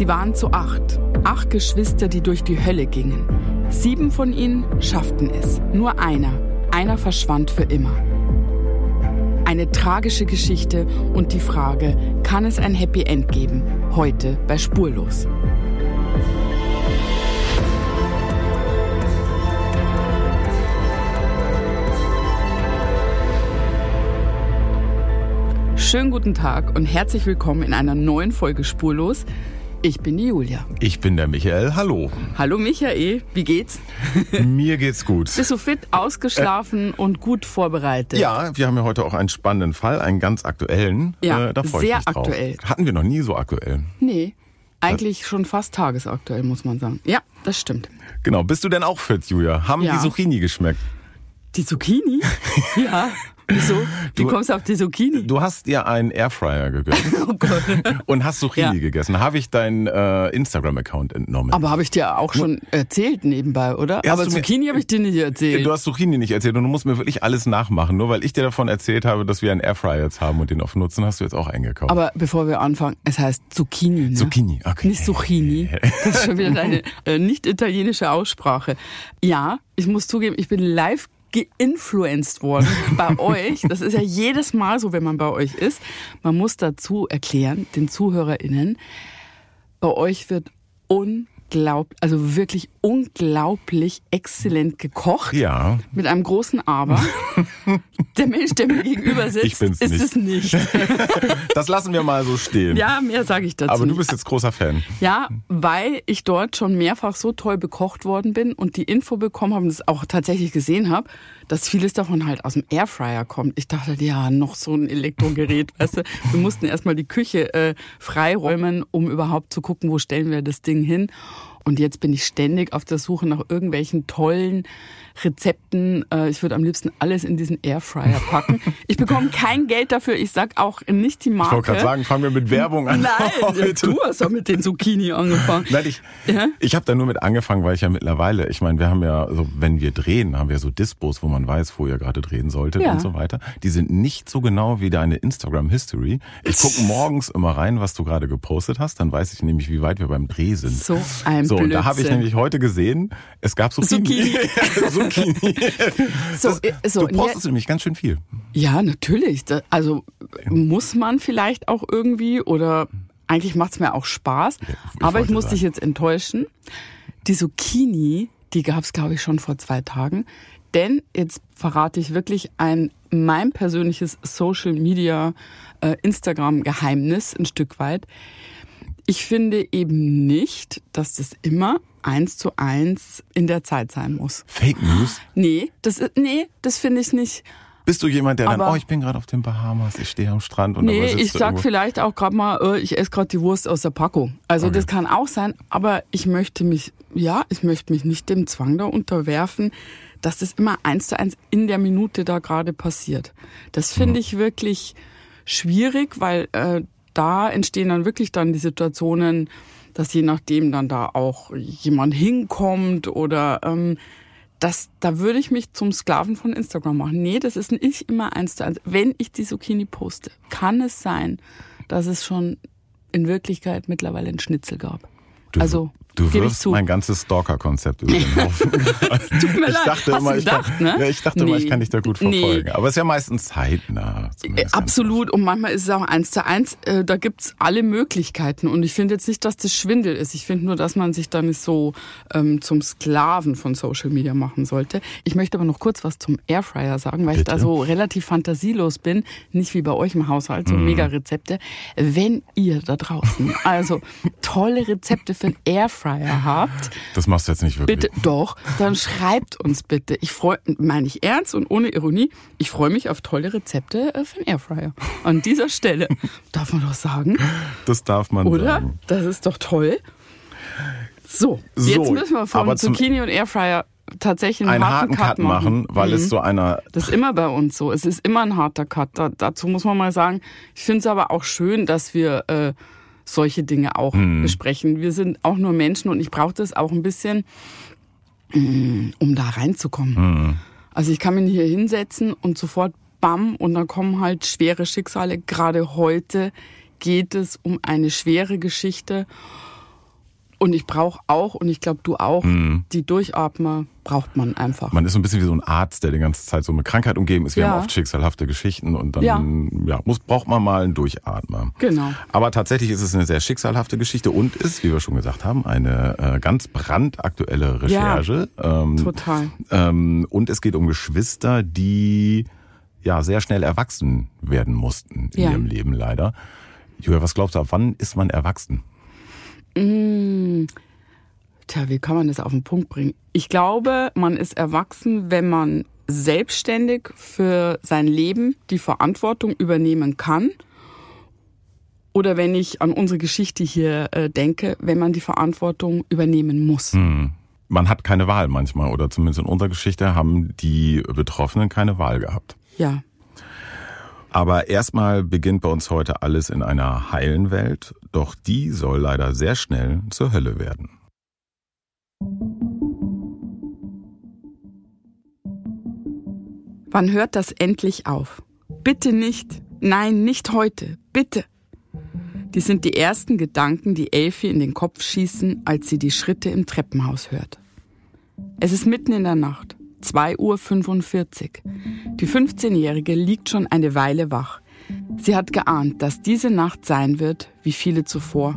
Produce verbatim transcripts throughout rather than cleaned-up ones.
Sie waren zu acht. Acht Geschwister, die durch die Hölle gingen. Sieben von ihnen schafften es. Nur einer. Einer verschwand für immer. Eine tragische Geschichte und die Frage, kann es ein Happy End geben? Heute bei Spurlos. Schönen guten Tag und herzlich willkommen in einer neuen Folge Spurlos. Ich bin die Julia. Ich bin der Michael. Hallo. Hallo Michael, wie geht's? Mir geht's gut. Bist du fit, ausgeschlafen äh, und gut vorbereitet? Ja, wir haben ja heute auch einen spannenden Fall, einen ganz aktuellen. Ja, äh, da freue sehr ich mich drauf. aktuell. Hatten wir noch nie so aktuell. Nee, eigentlich schon fast tagesaktuell, muss man sagen. Ja, das stimmt. Genau. Bist du denn auch fit, Julia? Haben Ja. die Zucchini geschmeckt? Die Zucchini? Ja. Wieso? Wie Du- kommst du auf die Zucchini? Du hast ja einen Airfryer gegönnt Oh Gott. und hast Zucchini Ja. gegessen. Habe ich deinen äh, Instagram-Account entnommen. Aber habe ich dir auch schon erzählt nebenbei, oder? Ja, hast Aber du mir- Zucchini habe ich dir nicht erzählt. Du hast Zucchini nicht erzählt und du musst mir wirklich alles nachmachen. Nur weil ich dir davon erzählt habe, dass wir einen Airfryer jetzt haben und den oft nutzen, hast du jetzt auch eingekauft. Aber bevor wir anfangen, es heißt Zucchini, ne? Zucchini, okay. Nicht Zucchini. Das ist schon wieder deine äh, nicht italienische Aussprache. Ja, ich muss zugeben, ich bin live geinfluenced worden bei euch. Das ist ja jedes Mal so, wenn man bei euch ist. Man muss dazu erklären, den ZuhörerInnen, bei euch wird unglaublich, also wirklich unglaublich exzellent gekocht. Ja. Mit einem großen Aber. Der Mensch, der mir gegenüber sitzt, Ich bin's ist nicht. es nicht. Das lassen wir mal so stehen. Ja, mehr sage ich dazu Aber du nicht. bist jetzt großer Fan. Ja, weil ich dort schon mehrfach so toll bekocht worden bin und die Info bekommen habe und das auch tatsächlich gesehen habe, dass vieles davon halt aus dem Airfryer kommt. Ich dachte, ja, noch so ein Elektrogerät, weißt du. Wir mussten erstmal die Küche äh, freiräumen, um überhaupt zu gucken, wo stellen wir das Ding hin. Und jetzt bin ich ständig auf der Suche nach irgendwelchen tollen Rezepten. Äh, Ich würde am liebsten alles in diesen Airfryer packen. Ich bekomme kein Geld dafür. Ich sag auch nicht die Marke. Ich wollte gerade sagen, fangen wir mit Werbung an. Nein, du hast doch mit den Zucchini angefangen. Nein, ich, Ja? ich habe da nur mit angefangen, weil ich ja mittlerweile, ich meine, wir haben ja, so, wenn wir drehen, haben wir so Dispos, wo man weiß, wo ihr gerade drehen solltet Ja. und so weiter. Die sind nicht so genau wie deine Instagram-History. Ich gucke morgens immer rein, was du gerade gepostet hast, dann weiß ich nämlich, wie weit wir beim Dreh sind. So ein So, und da habe ich Blödsinn. nämlich heute gesehen, es gab Zucchini. Zucchini. Zucchini. So, Das, äh, so, du postest nämlich ganz schön viel. Ja, natürlich. Da- Also muss man vielleicht auch irgendwie oder eigentlich macht's mir auch Spaß. ich Aber ich wollte muss sagen. dich jetzt enttäuschen. Die Zucchini, die gab's glaube ich schon vor zwei Tagen. Denn jetzt verrate ich wirklich ein mein persönliches Social Media äh, Instagram Geheimnis ein Stück weit. Ich finde eben nicht, dass das immer eins zu eins in der Zeit sein muss. Fake News. Nee, das ist, nee, das finde ich nicht. Bist du jemand, der dann, Aber- oh, ich bin gerade auf den Bahamas, ich stehe am Strand und Nee, dabei sitzt ich du sag irgendwo. vielleicht auch gerade mal, äh, ich esse gerade die Wurst aus der Packung. Also Okay. das kann auch sein, aber ich möchte mich, ja, ich möchte mich nicht dem Zwang da unterwerfen, dass das immer eins zu eins in der Minute da gerade passiert. Das finde ich wirklich schwierig, weil äh, da entstehen dann wirklich dann die Situationen, dass je nachdem dann da auch jemand hinkommt oder ähm, das, da würde ich mich zum Sklaven von Instagram machen. Nee, das ist nicht immer eins zu eins. Wenn ich die Zucchini poste, kann es sein, dass es schon in Wirklichkeit mittlerweile einen Schnitzel gab. Du, also, du gebe ich wirfst zu. mein ganzes Stalker-Konzept über den Haufen. Tut mir ich leid. dachte Hast immer, du ich kann, gedacht, ne? ja, ich dachte immer, ich Nee. kann dich da gut Nee. verfolgen. Aber es ist ja meistens zeitnah. Äh, zumindest Absolut. Und manchmal ist es auch eins zu eins. Äh, da gibt's alle Möglichkeiten. Und ich finde jetzt nicht, dass das Schwindel ist. Ich finde nur, dass man sich da nicht so ähm, zum Sklaven von Social Media machen sollte. Ich möchte aber noch kurz was zum Airfryer sagen, weil ich Bitte? da so relativ fantasielos bin. Nicht wie bei euch im Haushalt, Mhm. so mega Rezepte. Wenn ihr da draußen also tolle Rezepte für einen Airfryer habt, Das machst du jetzt nicht wirklich. bitte, doch, dann schreibt uns bitte. Ich freue, meine ich ernst und ohne Ironie, ich freue mich auf tolle Rezepte äh, für den Airfryer. An dieser Stelle darf man doch sagen, Das darf man oder? sagen. Das ist doch toll. So, So, jetzt müssen wir von aber zum- Zucchini und Airfryer tatsächlich einen, Einen harten Cut machen, weil Mhm. es so einer... Das ist immer bei uns so. Es ist immer ein harter Cut. Da, dazu muss man mal sagen, ich finde es aber auch schön, dass wir äh, solche Dinge auch Mhm. besprechen. Wir sind auch nur Menschen und ich brauche das auch ein bisschen, mm, um da reinzukommen. Mhm. Also ich kann mich hier hinsetzen und sofort bam und dann kommen halt schwere Schicksale. Gerade heute geht es um eine schwere Geschichte Und ich brauche auch, und ich glaube du auch, Mhm. die Durchatmer braucht man einfach. Man ist so ein bisschen wie so ein Arzt, der die ganze Zeit so mit Krankheit umgeben ist. Wir Ja. haben oft schicksalhafte Geschichten und dann Ja. ja, muss, braucht man mal einen Durchatmer. Genau. Aber tatsächlich ist es eine sehr schicksalhafte Geschichte und ist, wie wir schon gesagt haben, eine äh, ganz brandaktuelle Recherche. Ähm, Total. ähm, und es geht um Geschwister, die ja sehr schnell erwachsen werden mussten in Ja. ihrem Leben leider. Julia, was glaubst du, ab wann ist man erwachsen? Mmh. Tja, wie kann man das auf den Punkt bringen? Ich glaube, man ist erwachsen, wenn man selbstständig für sein Leben die Verantwortung übernehmen kann. Oder wenn ich an unsere Geschichte hier äh, denke, wenn man die Verantwortung übernehmen muss. Hm. Man hat keine Wahl manchmal, oder zumindest in unserer Geschichte haben die Betroffenen keine Wahl gehabt. Ja. Aber erstmal beginnt bei uns heute alles in einer heilen Welt, doch die soll leider sehr schnell zur Hölle werden. Wann hört das endlich auf? Bitte nicht. Nein, nicht heute. Bitte. Die sind die ersten Gedanken, die Elfi in den Kopf schießen, als sie die Schritte im Treppenhaus hört. Es ist mitten in der Nacht, zwei Uhr fünfundvierzig. Die fünfzehnjährige liegt schon eine Weile wach. Sie hat geahnt, dass diese Nacht sein wird, wie viele zuvor.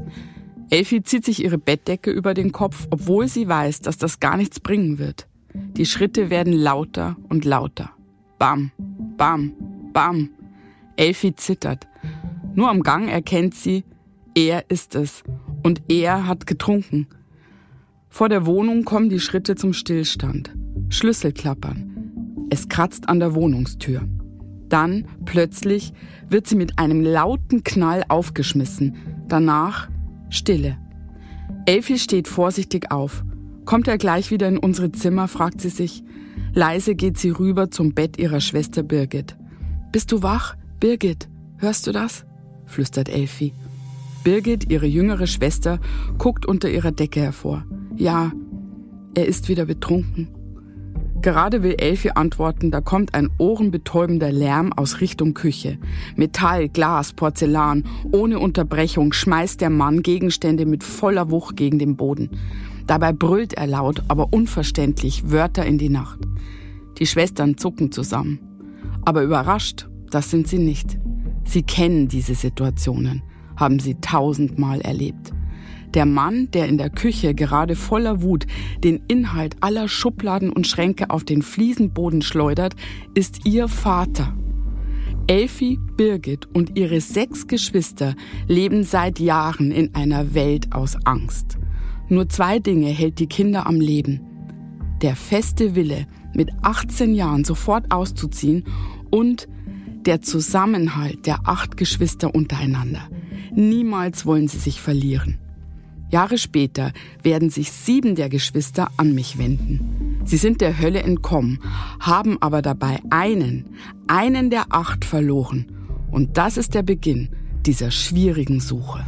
Elfi zieht sich ihre Bettdecke über den Kopf, obwohl sie weiß, dass das gar nichts bringen wird. Die Schritte werden lauter und lauter. Bam, bam, bam. Elfi zittert. Nur am Gang erkennt sie, er ist es. Und er hat getrunken. Vor der Wohnung kommen die Schritte zum Stillstand. Schlüssel klappern. Es kratzt an der Wohnungstür. Dann, plötzlich, wird sie mit einem lauten Knall aufgeschmissen. Danach Stille. Elfi steht vorsichtig auf. Kommt er gleich wieder in unsere Zimmer, fragt sie sich. Leise geht sie rüber zum Bett ihrer Schwester Birgit. Bist du wach? Birgit, hörst du das? Flüstert Elfi. Birgit, ihre jüngere Schwester, guckt unter ihrer Decke hervor. Ja, er ist wieder betrunken. Gerade will Elfi antworten, da kommt ein ohrenbetäubender Lärm aus Richtung Küche. Metall, Glas, Porzellan, ohne Unterbrechung schmeißt der Mann Gegenstände mit voller Wucht gegen den Boden. Dabei brüllt er laut, aber unverständlich Wörter in die Nacht. Die Schwestern zucken zusammen. Aber überrascht, das sind sie nicht. Sie kennen diese Situationen, haben sie tausendmal erlebt. Der Mann, der in der Küche gerade voller Wut den Inhalt aller Schubladen und Schränke auf den Fliesenboden schleudert, ist ihr Vater. Elfi, Birgit und ihre sechs Geschwister leben seit Jahren in einer Welt aus Angst. Nur zwei Dinge hält die Kinder am Leben. Der feste Wille, mit achtzehn Jahren sofort auszuziehen, und der Zusammenhalt der acht Geschwister untereinander. Niemals wollen sie sich verlieren. Jahre später werden sich sieben der Geschwister an mich wenden. Sie sind der Hölle entkommen, haben aber dabei einen, einen der acht verloren. Und das ist der Beginn dieser schwierigen Suche.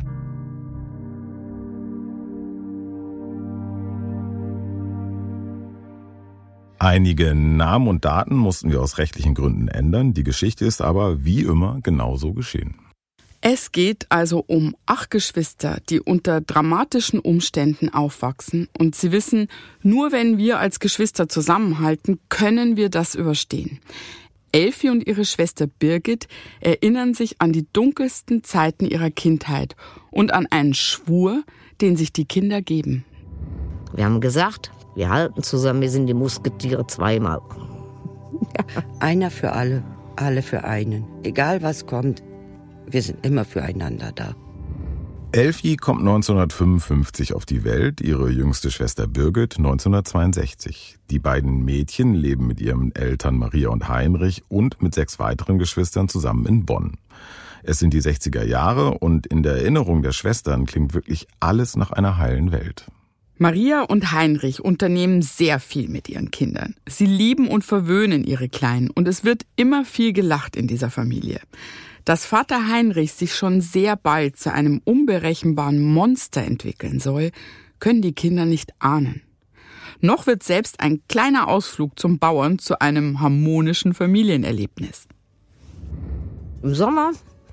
Einige Namen und Daten mussten wir aus rechtlichen Gründen ändern. Die Geschichte ist aber wie immer genauso geschehen. Es geht also um acht Geschwister, die unter dramatischen Umständen aufwachsen. Und sie wissen, nur wenn wir als Geschwister zusammenhalten, können wir das überstehen. Elfi und ihre Schwester Birgit erinnern sich an die dunkelsten Zeiten ihrer Kindheit und an einen Schwur, den sich die Kinder geben. Wir haben gesagt, wir halten zusammen, wir sind die Musketiere zweimal. Einer für alle, alle für einen. Egal was kommt, wir sind immer füreinander da. Elfi kommt neunzehnhundertfünfundfünfzig auf die Welt, ihre jüngste Schwester Birgit neunzehnhundertzweiundsechzig. Die beiden Mädchen leben mit ihren Eltern Maria und Heinrich und mit sechs weiteren Geschwistern zusammen in Bonn. Es sind die sechziger Jahre und in der Erinnerung der Schwestern klingt wirklich alles nach einer heilen Welt. Maria und Heinrich unternehmen sehr viel mit ihren Kindern. Sie lieben und verwöhnen ihre Kleinen und es wird immer viel gelacht in dieser Familie. Dass Vater Heinrich sich schon sehr bald zu einem unberechenbaren Monster entwickeln soll, können die Kinder nicht ahnen. Noch wird selbst ein kleiner Ausflug zum Bauern zu einem harmonischen Familienerlebnis. Im Sommer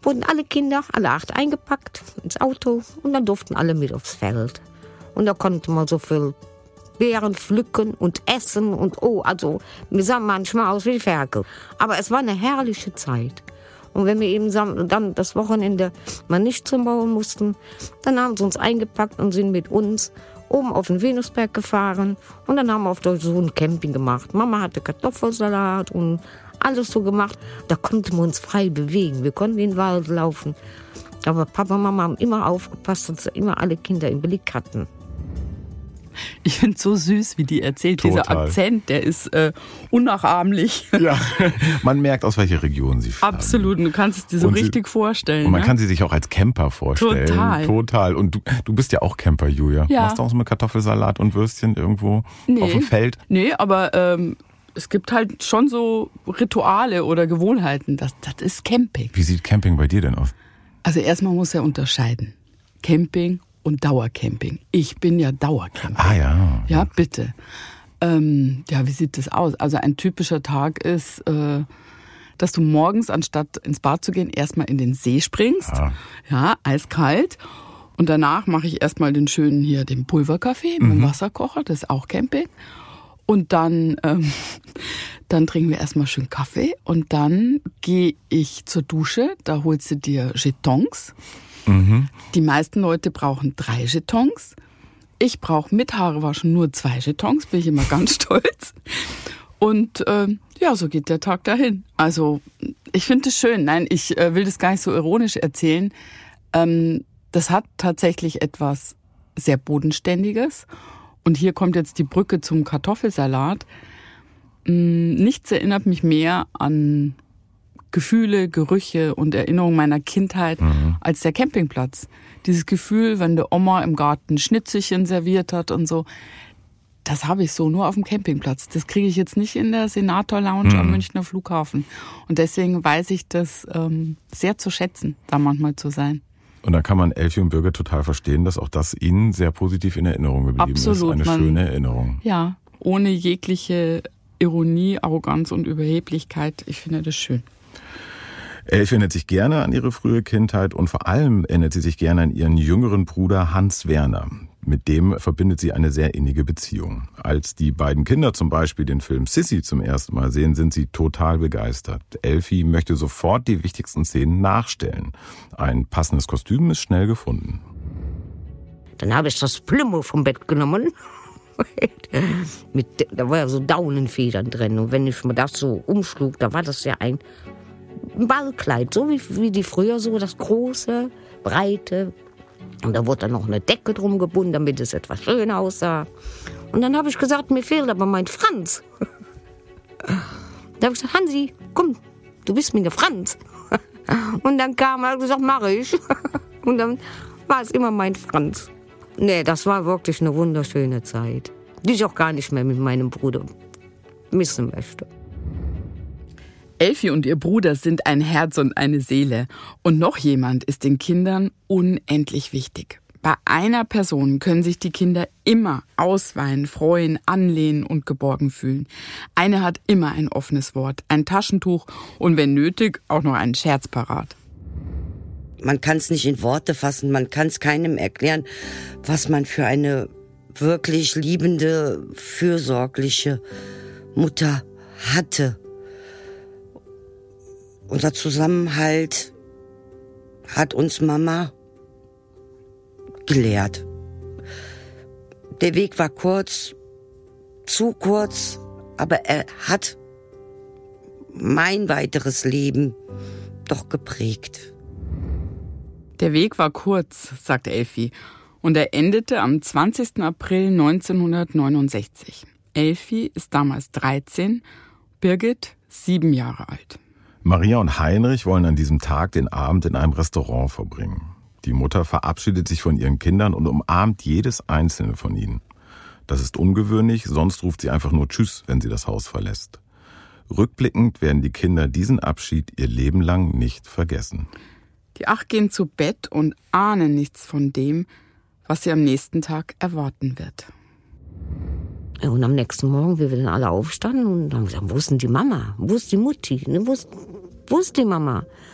wurden alle Kinder, alle acht eingepackt ins Auto und dann durften alle mit aufs Feld. Und da konnte man so viel Beeren pflücken und essen und oh, also wir sahen manchmal aus wie Ferkel. Aber es war eine herrliche Zeit. Und wenn wir eben dann das Wochenende mal nicht zum Bauern mussten, dann haben sie uns eingepackt und sind mit uns oben auf den Venusberg gefahren. Und dann haben wir auf der so ein Camping gemacht. Mama hatte Kartoffelsalat und alles so gemacht. Da konnten wir uns frei bewegen. Wir konnten in den Wald laufen. Aber Papa und Mama haben immer aufgepasst, dass sie immer alle Kinder im Blick hatten. Ich finde es so süß, wie die erzählt. Total. Dieser Akzent, der ist äh, unnachahmlich. Ja, man merkt, aus welcher Region sie stammen. Absolut, du kannst es dir so und richtig sie, vorstellen. Und man ne? kann sie sich auch als Camper vorstellen. Total. Total. Und du, du bist ja auch Camper, Julia. Ja. Machst du auch so mit Kartoffelsalat und Würstchen irgendwo nee. auf dem Feld? Nee, aber ähm, es gibt halt schon so Rituale oder Gewohnheiten. Das, das ist Camping. Wie sieht Camping bei dir denn aus? Also erstmal muss er unterscheiden. Camping und Dauercamping. Ich bin ja Dauercamping. Ah ja. Ja, bitte. Ähm, ja, wie sieht das aus? Also ein typischer Tag ist, äh, dass du morgens, anstatt ins Bad zu gehen, erstmal in den See springst. Ja, ja eiskalt. Und danach mache ich erstmal den schönen hier, den Pulverkaffee mit dem Mhm. Wasserkocher. Das ist auch Camping. Und dann, ähm, dann trinken wir erstmal schön Kaffee. Und dann gehe ich zur Dusche. Da holst du dir Jetons. Mhm. Die meisten Leute brauchen drei Jetons. Ich brauche mit Haarewaschen nur zwei Jetons, bin ich immer ganz stolz. Und äh, ja, so geht der Tag dahin. Also ich finde es schön. Nein, ich äh, will das gar nicht so ironisch erzählen. Ähm, das hat tatsächlich etwas sehr Bodenständiges. Und hier kommt jetzt die Brücke zum Kartoffelsalat. Ähm, nichts erinnert mich mehr an Gefühle, Gerüche und Erinnerungen meiner Kindheit Mhm. als der Campingplatz. Dieses Gefühl, wenn die Oma im Garten Schnitzelchen serviert hat und so, das habe ich so nur auf dem Campingplatz. Das kriege ich jetzt nicht in der Senator Lounge Mhm. am Münchner Flughafen. Und deswegen weiß ich das ähm, sehr zu schätzen, da manchmal zu sein. Und da kann man Elfie und Birgit total verstehen, dass auch das ihnen sehr positiv in Erinnerung geblieben Absolut, ist. Eine man- schöne Erinnerung. Ja, ohne jegliche Ironie, Arroganz und Überheblichkeit. Ich finde das schön. Elfie erinnert sich gerne an ihre frühe Kindheit und vor allem erinnert sie sich gerne an ihren jüngeren Bruder Hans Werner. Mit dem verbindet sie eine sehr innige Beziehung. Als die beiden Kinder zum Beispiel den Film Sissy zum ersten Mal sehen, sind sie total begeistert. Elfie möchte sofort die wichtigsten Szenen nachstellen. Ein passendes Kostüm ist schnell gefunden. Dann habe ich das Plümo vom Bett genommen. Mit, da war ja so Daunenfedern drin. Und wenn ich mir das so umschlug, da war das ja ein Ballkleid. So wie, wie die früher, so das große, breite. Und da wurde dann noch eine Decke drum gebunden, damit es etwas schön aussah. Und dann habe ich gesagt, mir fehlt aber mein Franz. Da habe ich gesagt, Hansi, komm, du bist mir der Franz. Und dann kam er und gesagt, mach ich. Und dann war es immer mein Franz. Nee, das war wirklich eine wunderschöne Zeit, die ich auch gar nicht mehr mit meinem Bruder missen möchte. Elfie und ihr Bruder sind ein Herz und eine Seele. Und noch jemand ist den Kindern unendlich wichtig. Bei einer Person können sich die Kinder immer ausweinen, freuen, anlehnen und geborgen fühlen. Eine hat immer ein offenes Wort, ein Taschentuch und wenn nötig auch noch einen Scherz parat. Man kann es nicht in Worte fassen, man kann es keinem erklären, was man für eine wirklich liebende, fürsorgliche Mutter hatte. Unser Zusammenhalt hat uns Mama gelehrt. Der Weg war kurz, zu kurz, aber er hat mein weiteres Leben doch geprägt. Der Weg war kurz, sagt Elfie, und er endete am zwanzigsten April neunzehnhundertneunundsechzig. Elfie ist damals dreizehn, Birgit sieben Jahre alt. Maria und Heinrich wollen an diesem Tag den Abend in einem Restaurant verbringen. Die Mutter verabschiedet sich von ihren Kindern und umarmt jedes einzelne von ihnen. Das ist ungewöhnlich, sonst ruft sie einfach nur Tschüss, wenn sie das Haus verlässt. Rückblickend werden die Kinder diesen Abschied ihr Leben lang nicht vergessen. Die acht gehen zu Bett und ahnen nichts von dem, was sie am nächsten Tag erwarten wird. Ja, und am nächsten Morgen, wir dann alle aufstanden und haben gesagt, wo ist denn die Mama? Wo ist die Mutti? Wo ist, wo ist die Mama?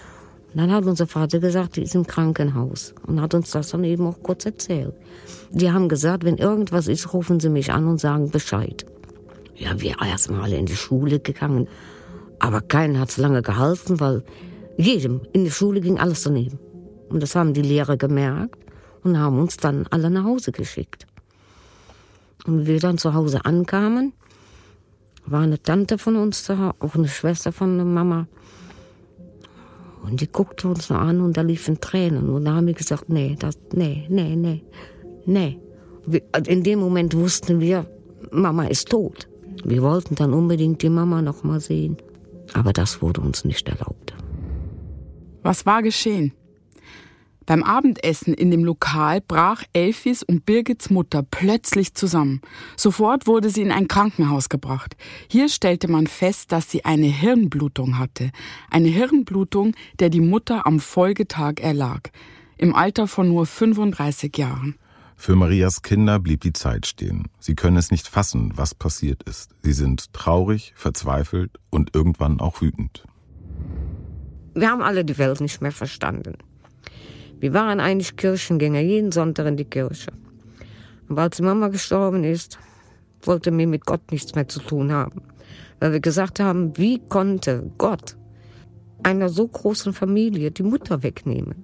Und dann hat unser Vater gesagt, die ist im Krankenhaus. Und hat uns das dann eben auch kurz erzählt. Die haben gesagt, wenn irgendwas ist, rufen Sie mich an und sagen Bescheid. Ja, wir erst mal alle in die Schule gegangen. Aber keinen hat's lange gehalten, weil jedem in der Schule ging alles daneben. Und das haben die Lehrer gemerkt und haben uns dann alle nach Hause geschickt. Und wir dann zu Hause ankamen, war eine Tante von uns da, auch eine Schwester von der Mama. Und die guckte uns noch an und da liefen Tränen. Und da haben wir gesagt, nee, das, nee, nee, nee, nee. In dem Moment wussten wir, Mama ist tot. Wir wollten dann unbedingt die Mama noch mal sehen. Aber das wurde uns nicht erlaubt. Was war geschehen? Beim Abendessen in dem Lokal brach Elfis und Birgits Mutter plötzlich zusammen. Sofort wurde sie in ein Krankenhaus gebracht. Hier stellte man fest, dass sie eine Hirnblutung hatte. Eine Hirnblutung, der die Mutter am Folgetag erlag. Im Alter von nur fünfunddreißig Jahren. Für Marias Kinder blieb die Zeit stehen. Sie können es nicht fassen, was passiert ist. Sie sind traurig, verzweifelt und irgendwann auch wütend. Wir haben alle die Welt nicht mehr verstanden. Wir waren eigentlich Kirchengänger, jeden Sonntag in die Kirche. Aber als die Mama gestorben ist, wollten wir mit Gott nichts mehr zu tun haben. Weil wir gesagt haben, wie konnte Gott einer so großen Familie die Mutter wegnehmen?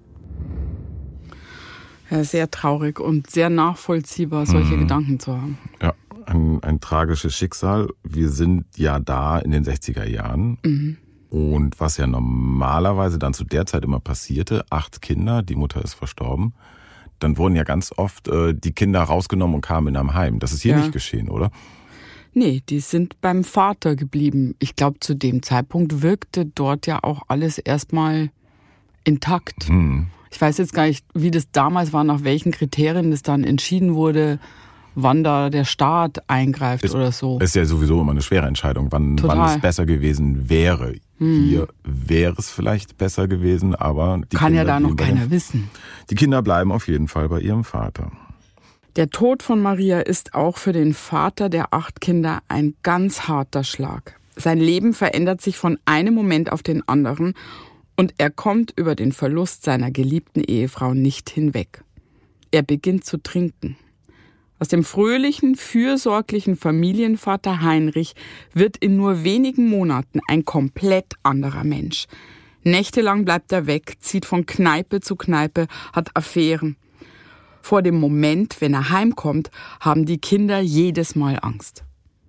Ja, sehr traurig und sehr nachvollziehbar, solche mhm. Gedanken zu haben. Ja, ein, ein tragisches Schicksal. Wir sind ja da in den sechziger Jahren. Mhm. Und was ja normalerweise dann zu der Zeit immer passierte, acht Kinder, die Mutter ist verstorben, dann wurden ja ganz oft äh, die Kinder rausgenommen und kamen in einem Heim. Das ist hier ja nicht geschehen, oder? Nee, die sind beim Vater geblieben. Ich glaube, zu dem Zeitpunkt wirkte dort ja auch alles erstmal intakt. Hm. Ich weiß jetzt gar nicht, wie das damals war, nach welchen Kriterien das dann entschieden wurde, wann da der Staat eingreift ist, oder so. Ist ja sowieso immer eine schwere Entscheidung, wann, wann es besser gewesen wäre. Hm. Hier wäre es vielleicht besser gewesen, aber die kann Kinder ja da noch keiner den, wissen. Die Kinder bleiben auf jeden Fall bei ihrem Vater. Der Tod von Maria ist auch für den Vater der acht Kinder ein ganz harter Schlag. Sein Leben verändert sich von einem Moment auf den anderen und er kommt über den Verlust seiner geliebten Ehefrau nicht hinweg. Er beginnt zu trinken. Aus dem fröhlichen, fürsorglichen Familienvater Heinrich wird in nur wenigen Monaten ein komplett anderer Mensch. Nächtelang bleibt er weg, zieht von Kneipe zu Kneipe, hat Affären. Vor dem Moment, wenn er heimkommt, haben die Kinder jedes Mal Angst.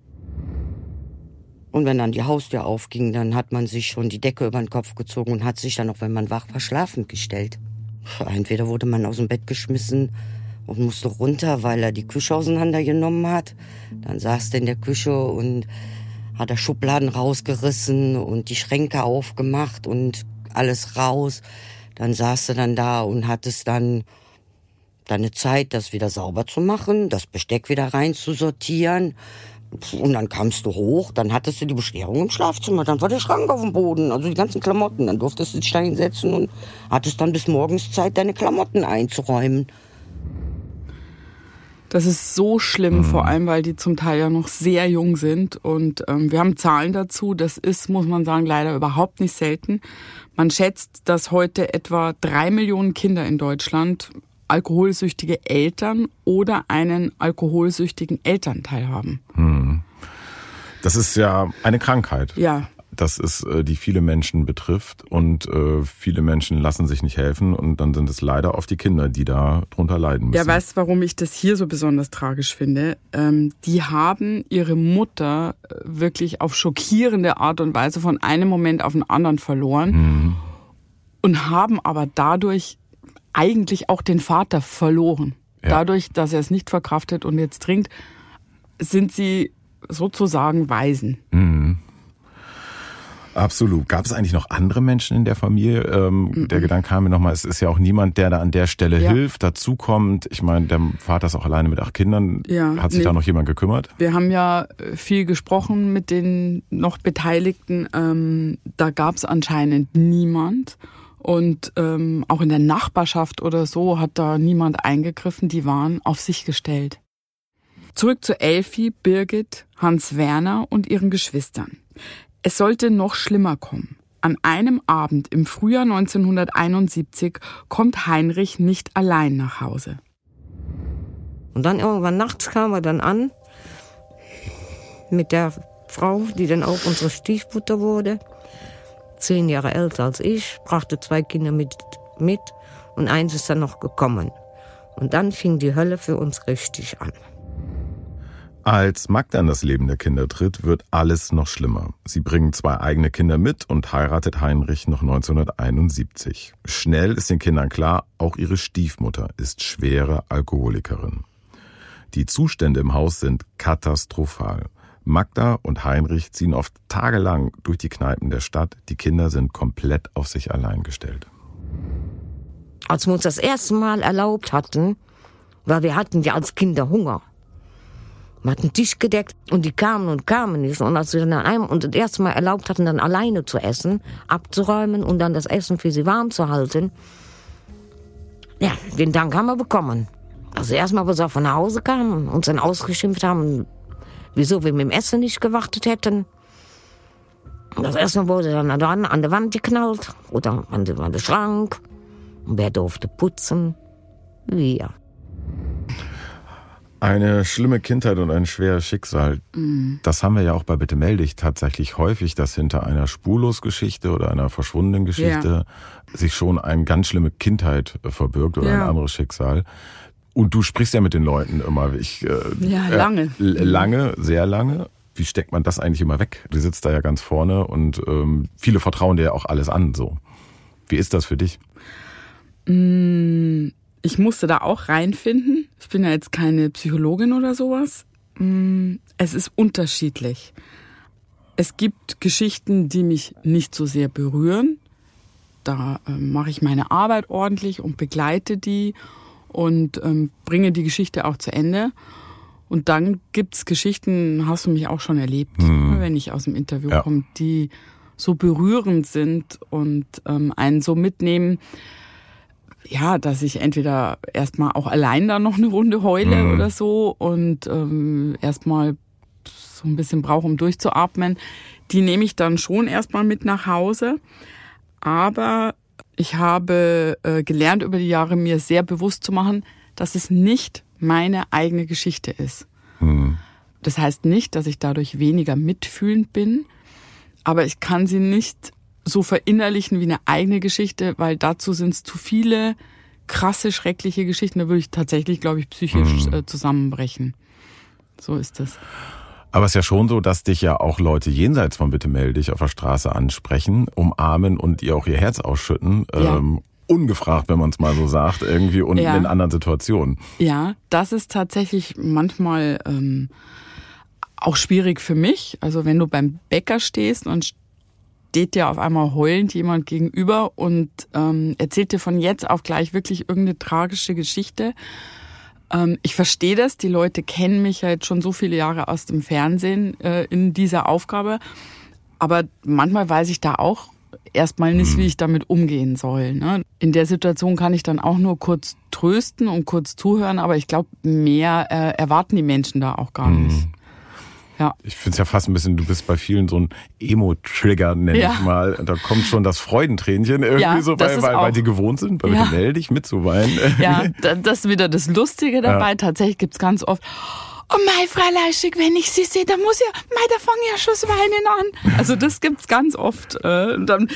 Und wenn dann die Haustür aufging, dann hat man sich schon die Decke über den Kopf gezogen und hat sich dann auch, wenn man wach war, schlafend gestellt. Entweder wurde man aus dem Bett geschmissen und musste runter, weil er die Küche auseinandergenommen hat. Dann saß er in der Küche und hat er Schubladen rausgerissen und die Schränke aufgemacht und alles raus. Dann saß er dann da und hat es dann, dann eine Zeit, das wieder sauber zu machen, das Besteck wieder rein zu sortieren. Und dann kamst du hoch, dann hattest du die Bescherung im Schlafzimmer, dann war der Schrank auf dem Boden, also die ganzen Klamotten. Dann durftest du dich da hinsetzen und hattest dann bis morgens Zeit, deine Klamotten einzuräumen. Das ist so schlimm, mhm. vor allem, weil die zum Teil ja noch sehr jung sind. Und ähm, wir haben Zahlen dazu. Das ist, muss man sagen, leider überhaupt nicht selten. Man schätzt, dass heute etwa drei Millionen Kinder in Deutschland alkoholsüchtige Eltern oder einen alkoholsüchtigen Elternteil haben. Mhm. Das ist ja eine Krankheit. Ja. Das ist, die viele Menschen betrifft und äh, viele Menschen lassen sich nicht helfen und dann sind es leider oft die Kinder, die da drunter leiden müssen. Ja, weißt du, warum ich das hier so besonders tragisch finde? Ähm, die haben ihre Mutter wirklich auf schockierende Art und Weise von einem Moment auf den anderen verloren mhm. und haben aber dadurch eigentlich auch den Vater verloren. Ja. Dadurch, dass er es nicht verkraftet und jetzt trinkt, sind sie sozusagen Waisen. Mhm. Absolut. Gab es eigentlich noch andere Menschen in der Familie? Ähm, mm-mm. Der Gedanke kam mir nochmal, es ist ja auch niemand, der da an der Stelle ja. hilft, dazukommt. Ich meine, der Vater ist auch alleine mit acht Kindern. Ja, Hat sich nee. da noch jemand gekümmert? Wir haben ja viel gesprochen mit den noch Beteiligten. Ähm, da gab es anscheinend niemand. Und ähm, auch in der Nachbarschaft oder so hat da niemand eingegriffen. Die waren auf sich gestellt. Zurück zu Elfi, Birgit, Hans Werner und ihren Geschwistern. Es sollte noch schlimmer kommen. An einem Abend im Frühjahr neunzehnhunderteinundsiebzig kommt Heinrich nicht allein nach Hause. Und dann irgendwann nachts kam er dann an mit der Frau, die dann auch unsere Stiefmutter wurde. Zehn Jahre älter als ich, brachte zwei Kinder mit, mit und eins ist dann noch gekommen. Und dann fing die Hölle für uns richtig an. Als Magda in das Leben der Kinder tritt, wird alles noch schlimmer. Sie bringen zwei eigene Kinder mit und heiratet Heinrich noch neunzehnhunderteinundsiebzig. Schnell ist den Kindern klar, auch ihre Stiefmutter ist schwere Alkoholikerin. Die Zustände im Haus sind katastrophal. Magda und Heinrich ziehen oft tagelang durch die Kneipen der Stadt. Die Kinder sind komplett auf sich allein gestellt. Als wir uns das erste Mal erlaubt hatten, weil wir hatten ja als Kinder Hunger. Wir hatten Tisch gedeckt und die kamen und kamen nicht. Und als wir dann einmal und das erste Mal erlaubt hatten, dann alleine zu essen, abzuräumen und dann das Essen für sie warm zu halten, ja, den Dank haben wir bekommen. Also erstmal, bis wir von Hause kamen und uns dann ausgeschimpft haben, wieso wir mit dem Essen nicht gewartet hätten. Das Essen wurde dann an der Wand geknallt oder an den, an den Schrank. Und wer durfte putzen? Wir. Eine schlimme Kindheit und ein schweres Schicksal. Mhm. Das haben wir ja auch bei Bitte melde dich tatsächlich häufig, dass hinter einer Spurlosgeschichte oder einer verschwundenen Geschichte ja. sich schon eine ganz schlimme Kindheit verbirgt oder ja. ein anderes Schicksal. Und du sprichst ja mit den Leuten immer. Ich, äh, ja, lange. Äh, lange, sehr lange. Wie steckt man das eigentlich immer weg? Du sitzt da ja ganz vorne und ähm, viele vertrauen dir ja auch alles an. So. Wie ist das für dich? Ich musste da auch reinfinden. Ich bin ja jetzt keine Psychologin oder sowas. Es ist unterschiedlich. Es gibt Geschichten, die mich nicht so sehr berühren. Da äh, mache ich meine Arbeit ordentlich und begleite die und ähm, bringe die Geschichte auch zu Ende. Und dann gibt's Geschichten, hast du mich auch schon erlebt, mhm. wenn ich aus dem Interview ja. komme, die so berührend sind und ähm, einen so mitnehmen, ja, dass ich entweder erstmal auch allein da noch eine Runde heule mhm. oder so und ähm, erstmal so ein bisschen brauche, um durchzuatmen. Die nehme ich dann schon erstmal mit nach Hause. Aber ich habe äh, gelernt über die Jahre, mir sehr bewusst zu machen, dass es nicht meine eigene Geschichte ist. Mhm. Das heißt nicht, dass ich dadurch weniger mitfühlend bin, aber ich kann sie nicht so verinnerlichen wie eine eigene Geschichte, weil dazu sind es zu viele krasse, schreckliche Geschichten. Da würde ich tatsächlich, glaube ich, psychisch mhm. äh, zusammenbrechen. So ist es. Aber es ist ja schon so, dass dich ja auch Leute jenseits von Bitte melde dich auf der Straße ansprechen, umarmen und ihr auch ihr Herz ausschütten. Ja. Ähm, ungefragt, wenn man es mal so sagt, irgendwie und ja. in anderen Situationen. Ja, das ist tatsächlich manchmal ähm, auch schwierig für mich. Also wenn du beim Bäcker stehst und steht dir auf einmal heulend jemand gegenüber und ähm, erzählt dir von jetzt auf gleich wirklich irgendeine tragische Geschichte. Ähm, ich verstehe das, die Leute kennen mich ja jetzt schon so viele Jahre aus dem Fernsehen äh, in dieser Aufgabe. Aber manchmal weiß ich da auch erstmal nicht, wie ich damit umgehen soll. Ne? In der Situation kann ich dann auch nur kurz trösten und kurz zuhören, aber ich glaube, mehr äh, erwarten die Menschen da auch gar nicht. Mhm. Ja. Ich finde es ja fast ein bisschen, du bist bei vielen so ein Emo-Trigger, nenne ja. ich mal. Da kommt schon das Freudentränchen irgendwie ja, so, weil, weil, weil die gewohnt sind, weil ja. Bitte melde dich mitzuweinen. Ja, das ist wieder das Lustige dabei. Ja. Tatsächlich gibt's ganz oft, oh mein Frau Leischig, wenn ich sie sehe, dann muss ja, mei, da fange ja schon das Weinen an. Also das gibt's ganz oft. Äh, dann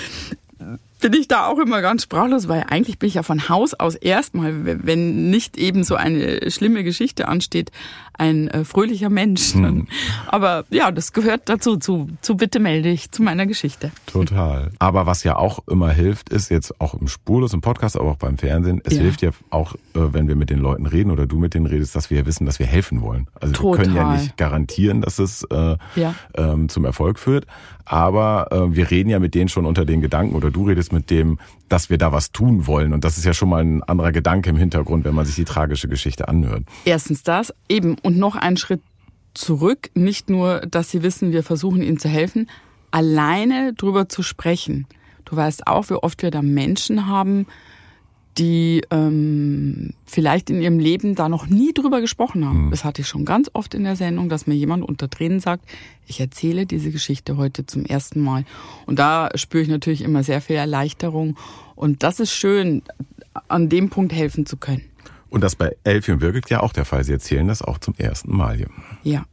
bin ich da auch immer ganz sprachlos, weil eigentlich bin ich ja von Haus aus erstmal, wenn nicht eben so eine schlimme Geschichte ansteht, ein äh, fröhlicher Mensch. Hm. Aber ja, das gehört dazu, zu, zu Bitte melde dich, zu meiner Geschichte. Total. Aber was ja auch immer hilft, ist jetzt auch im Spurlos, im Podcast, aber auch beim Fernsehen, es ja. hilft ja auch, wenn wir mit den Leuten reden oder du mit denen redest, dass wir ja wissen, dass wir helfen wollen. Also Total. Wir können ja nicht garantieren, dass es äh, ja. ähm, zum Erfolg führt, aber äh, wir reden ja mit denen schon unter den Gedanken oder du redest mit dem, dass wir da was tun wollen. Und das ist ja schon mal ein anderer Gedanke im Hintergrund, wenn man sich die tragische Geschichte anhört. Erstens das, eben. Und noch einen Schritt zurück. Nicht nur, dass sie wissen, wir versuchen ihnen zu helfen, alleine drüber zu sprechen. Du weißt auch, wie oft wir da Menschen haben, die ähm, ähm, vielleicht in ihrem Leben da noch nie drüber gesprochen haben. Mhm. Das hatte ich schon ganz oft in der Sendung, dass mir jemand unter Tränen sagt, ich erzähle diese Geschichte heute zum ersten Mal. Und da spüre ich natürlich immer sehr viel Erleichterung. Und das ist schön, an dem Punkt helfen zu können. Und das bei Elfie und Birgit ja auch der Fall. Sie erzählen das auch zum ersten Mal hier. Ja.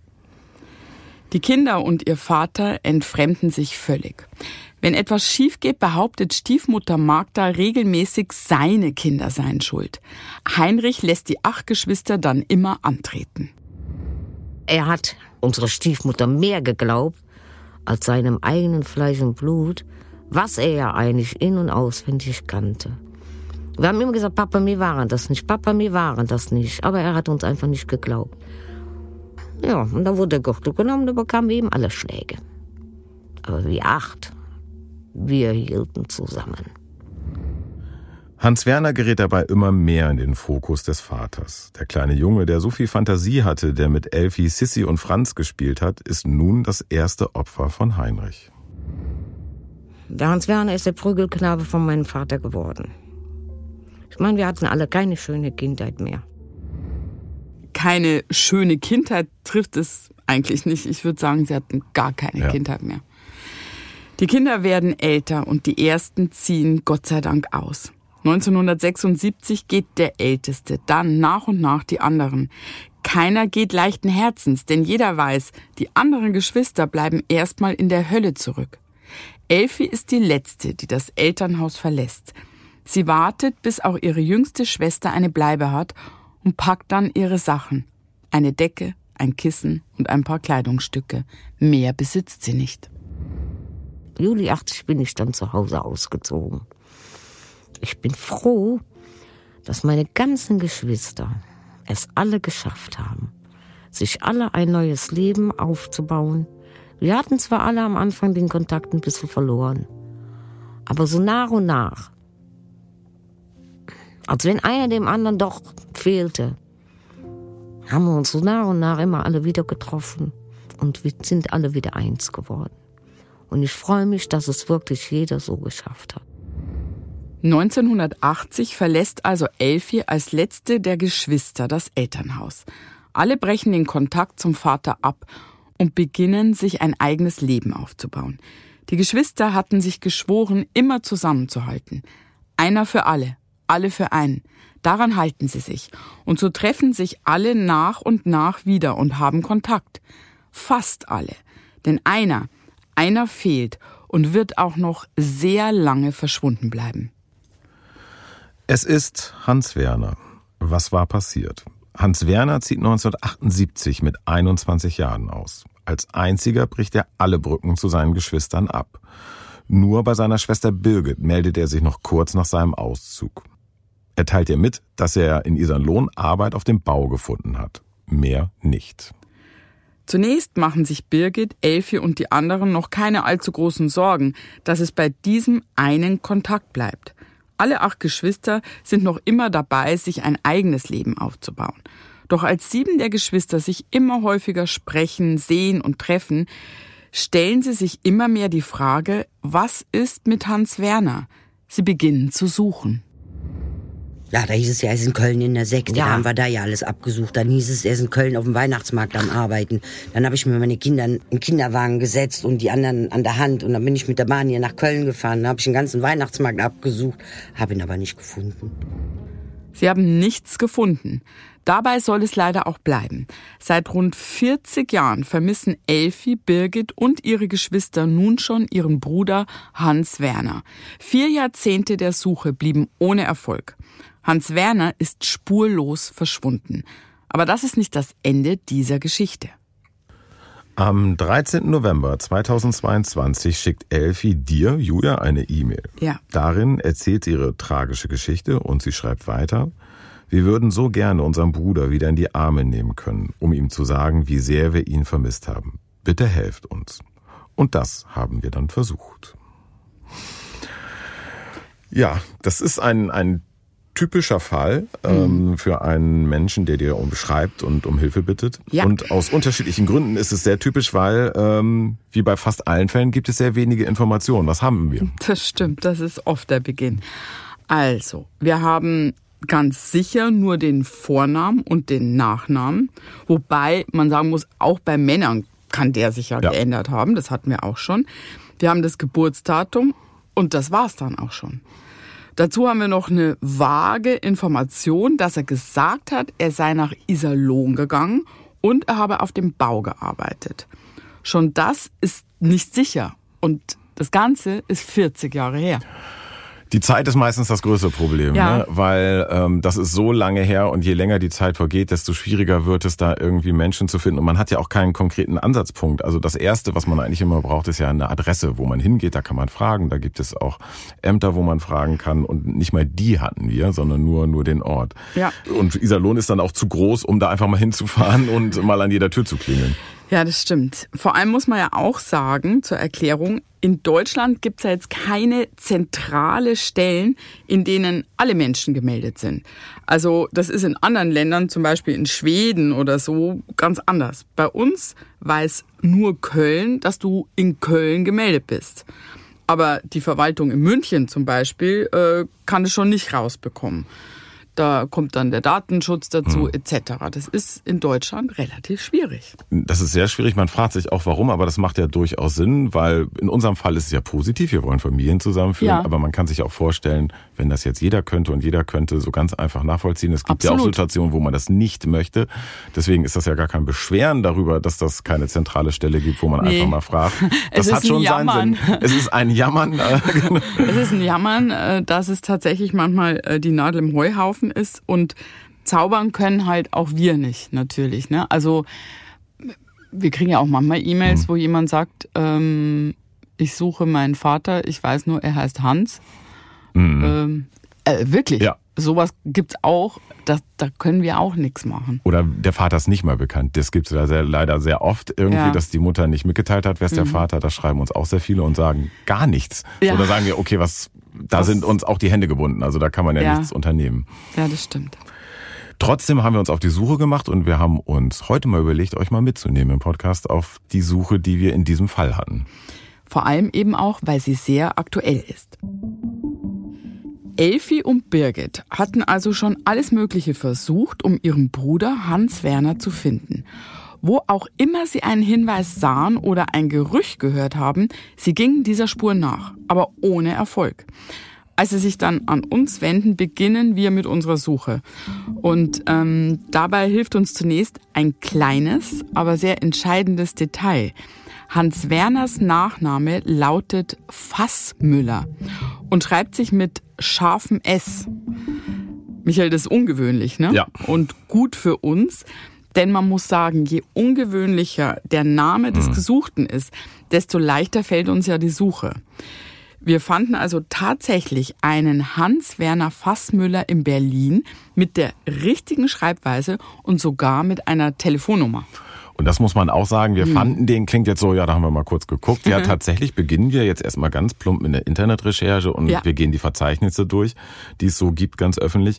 Die Kinder und ihr Vater entfremden sich völlig. Wenn etwas schief geht, behauptet Stiefmutter Magda regelmäßig, seine Kinder seien schuld. Heinrich lässt die acht Geschwister dann immer antreten. Er hat unserer Stiefmutter mehr geglaubt als seinem eigenen Fleisch und Blut, was er ja eigentlich in- und auswendig kannte. Wir haben immer gesagt, Papa, wir waren das nicht, Papa, wir waren das nicht. Aber er hat uns einfach nicht geglaubt. Ja, und dann wurde der Gürtel genommen und bekam eben alle Schläge. Aber wie acht. Wir hielten zusammen. Hans Werner gerät dabei immer mehr in den Fokus des Vaters. Der kleine Junge, der so viel Fantasie hatte, der mit Elfie, Sissi und Franz gespielt hat, ist nun das erste Opfer von Heinrich. Der Hans Werner ist der Prügelknabe von meinem Vater geworden. Ich meine, wir hatten alle keine schöne Kindheit mehr. Keine schöne Kindheit trifft es eigentlich nicht. Ich würde sagen, sie hatten gar keine ja. Kindheit mehr. Die Kinder werden älter und die ersten ziehen Gott sei Dank aus. neunzehnhundertsechsundsiebzig geht der Älteste, dann nach und nach die anderen. Keiner geht leichten Herzens, denn jeder weiß, die anderen Geschwister bleiben erstmal in der Hölle zurück. Elfie ist die Letzte, die das Elternhaus verlässt. Sie wartet, bis auch ihre jüngste Schwester eine Bleibe hat und packt dann ihre Sachen. Eine Decke, ein Kissen und ein paar Kleidungsstücke. Mehr besitzt sie nicht. Juli achtzig bin ich dann zu Hause ausgezogen. Ich bin froh, dass meine ganzen Geschwister es alle geschafft haben, sich alle ein neues Leben aufzubauen. Wir hatten zwar alle am Anfang den Kontakt ein bisschen verloren, aber so nach und nach, als wenn einer dem anderen doch fehlte, haben wir uns so nach und nach immer alle wieder getroffen und wir sind alle wieder eins geworden. Und ich freue mich, dass es wirklich jeder so geschafft hat. neunzehnhundertachtzig verlässt also Elfie als letzte der Geschwister das Elternhaus. Alle brechen den Kontakt zum Vater ab und beginnen, sich ein eigenes Leben aufzubauen. Die Geschwister hatten sich geschworen, immer zusammenzuhalten. Einer für alle, alle für einen. Daran halten sie sich. Und so treffen sich alle nach und nach wieder und haben Kontakt. Fast alle. Denn einer, einer fehlt und wird auch noch sehr lange verschwunden bleiben. Es ist Hans Werner. Was war passiert? Hans Werner zieht neunzehnhundertachtundsiebzig mit einundzwanzig Jahren aus. Als einziger bricht er alle Brücken zu seinen Geschwistern ab. Nur bei seiner Schwester Birgit meldet er sich noch kurz nach seinem Auszug. Er teilt ihr mit, dass er in Iserlohn Arbeit auf dem Bau gefunden hat. Mehr nicht. Zunächst machen sich Birgit, Elfie und die anderen noch keine allzu großen Sorgen, dass es bei diesem einen Kontakt bleibt. Alle acht Geschwister sind noch immer dabei, sich ein eigenes Leben aufzubauen. Doch als sieben der Geschwister sich immer häufiger sprechen, sehen und treffen, stellen sie sich immer mehr die Frage, was ist mit Hans Werner? Sie beginnen zu suchen. Ja, da hieß es ja, er ist in Köln in der Sekte, Ja. da haben wir da ja alles abgesucht. Dann hieß es, er ist in Köln auf dem Weihnachtsmarkt am Arbeiten. Dann habe ich mir meine Kinder in den Kinderwagen gesetzt und die anderen an der Hand. Und dann bin ich mit der Bahn hier nach Köln gefahren. Da habe ich den ganzen Weihnachtsmarkt abgesucht, habe ihn aber nicht gefunden. Sie haben nichts gefunden. Dabei soll es leider auch bleiben. Seit rund vierzig Jahren vermissen Elfie, Birgit und ihre Geschwister nun schon ihren Bruder Hans Werner. Vier Jahrzehnte der Suche blieben ohne Erfolg. Hans Werner ist spurlos verschwunden. Aber das ist nicht das Ende dieser Geschichte. Am dreizehnten November zweitausendzweiundzwanzig schickt Elfie dir, Julia, eine E-Mail. Ja. Darin erzählt sie ihre tragische Geschichte und sie schreibt weiter: Wir würden so gerne unseren Bruder wieder in die Arme nehmen können, um ihm zu sagen, wie sehr wir ihn vermisst haben. Bitte helft uns. Und das haben wir dann versucht. Ja, das ist ein, ein typischer Fall ähm, mhm. für einen Menschen, der dir um schreibt und um Hilfe bittet. Ja. Und aus unterschiedlichen Gründen ist es sehr typisch, weil ähm, wie bei fast allen Fällen gibt es sehr wenige Informationen. Was haben wir? Das stimmt, das ist oft der Beginn. Also, wir haben ganz sicher nur den Vornamen und den Nachnamen. Wobei man sagen muss, auch bei Männern kann der sich ja, ja geändert haben. Das hatten wir auch schon. Wir haben das Geburtsdatum und das war's dann auch schon. Dazu haben wir noch eine vage Information, dass er gesagt hat, er sei nach Iserlohn gegangen und er habe auf dem Bau gearbeitet. Schon das ist nicht sicher und das Ganze ist vierzig Jahre her. Die Zeit ist meistens das größte Problem, ja. ne? Weil ähm, das ist so lange her und je länger die Zeit vergeht, desto schwieriger wird es, da irgendwie Menschen zu finden. Und man hat ja auch keinen konkreten Ansatzpunkt. Also das Erste, was man eigentlich immer braucht, ist ja eine Adresse, wo man hingeht. Da kann man fragen. Da gibt es auch Ämter, wo man fragen kann. Und nicht mal die hatten wir, sondern nur nur den Ort. Ja. Und Iserlohn ist dann auch zu groß, um da einfach mal hinzufahren und mal an jeder Tür zu klingeln. Ja, das stimmt. Vor allem muss man ja auch sagen, zur Erklärung, in Deutschland gibt es ja jetzt keine zentrale Stellen, in denen alle Menschen gemeldet sind. Also das ist in anderen Ländern, zum Beispiel in Schweden oder so, ganz anders. Bei uns weiß nur Köln, dass du in Köln gemeldet bist. Aber die Verwaltung in München zum Beispiel äh, kann es schon nicht rausbekommen. Da kommt dann der Datenschutz dazu, mhm. et cetera. Das ist in Deutschland relativ schwierig. Das ist sehr schwierig. Man fragt sich auch, warum, aber das macht ja durchaus Sinn, weil in unserem Fall ist es ja positiv. Wir wollen Familien zusammenführen, ja. aber man kann sich auch vorstellen, wenn das jetzt jeder könnte und jeder könnte so ganz einfach nachvollziehen. Es gibt Absolut. ja auch Situationen, wo man das nicht möchte. Deswegen ist das ja gar kein Beschweren darüber, dass das keine zentrale Stelle gibt, wo man nee. einfach mal fragt. Das es hat ist schon ein Jammern. seinen Sinn. Es ist ein Jammern. Es ist ein Jammern, dass es tatsächlich manchmal die Nadel im Heuhaufen ist und zaubern können halt auch wir nicht, natürlich. Ne? Also wir kriegen ja auch manchmal E-Mails, mhm. wo jemand sagt, ähm, ich suche meinen Vater, ich weiß nur, er heißt Hans. Mhm. Ähm, äh, wirklich, ja. sowas gibt's auch, das, da können wir auch nichts machen. Oder der Vater ist nicht mehr bekannt. Das gibt's ja sehr, leider sehr oft irgendwie, ja. dass die Mutter nicht mitgeteilt hat, wer ist mhm. der Vater. Das schreiben uns auch sehr viele und sagen gar nichts. Ja. Oder sagen wir, okay, was... Da das sind uns auch die Hände gebunden, also da kann man ja, ja nichts unternehmen. Ja, das stimmt. Trotzdem haben wir uns auf die Suche gemacht und wir haben uns heute mal überlegt, euch mal mitzunehmen im Podcast auf die Suche, die wir in diesem Fall hatten. Vor allem eben auch, weil sie sehr aktuell ist. Elfi und Birgit hatten also schon alles Mögliche versucht, um ihren Bruder Hans Werner zu finden. Wo auch immer sie einen Hinweis sahen oder ein Gerücht gehört haben, sie gingen dieser Spur nach, aber ohne Erfolg. Als sie sich dann an uns wenden, beginnen wir mit unserer Suche. Und ähm, dabei hilft uns zunächst ein kleines, aber sehr entscheidendes Detail. Hans Werners Nachname lautet Fassmüller und schreibt sich mit scharfem S. Michael, das ist ungewöhnlich, ne? Ja. Und gut für uns. Denn man muss sagen, je ungewöhnlicher der Name des Gesuchten ist, desto leichter fällt uns ja die Suche. Wir fanden also tatsächlich einen Hans-Werner Fassmüller in Berlin mit der richtigen Schreibweise und sogar mit einer Telefonnummer. Und das muss man auch sagen, wir hm. fanden den, klingt jetzt so, ja, da haben wir mal kurz geguckt. Ja, tatsächlich beginnen wir jetzt erstmal ganz plump mit der Internetrecherche und ja. wir gehen die Verzeichnisse durch, die es so gibt, ganz öffentlich.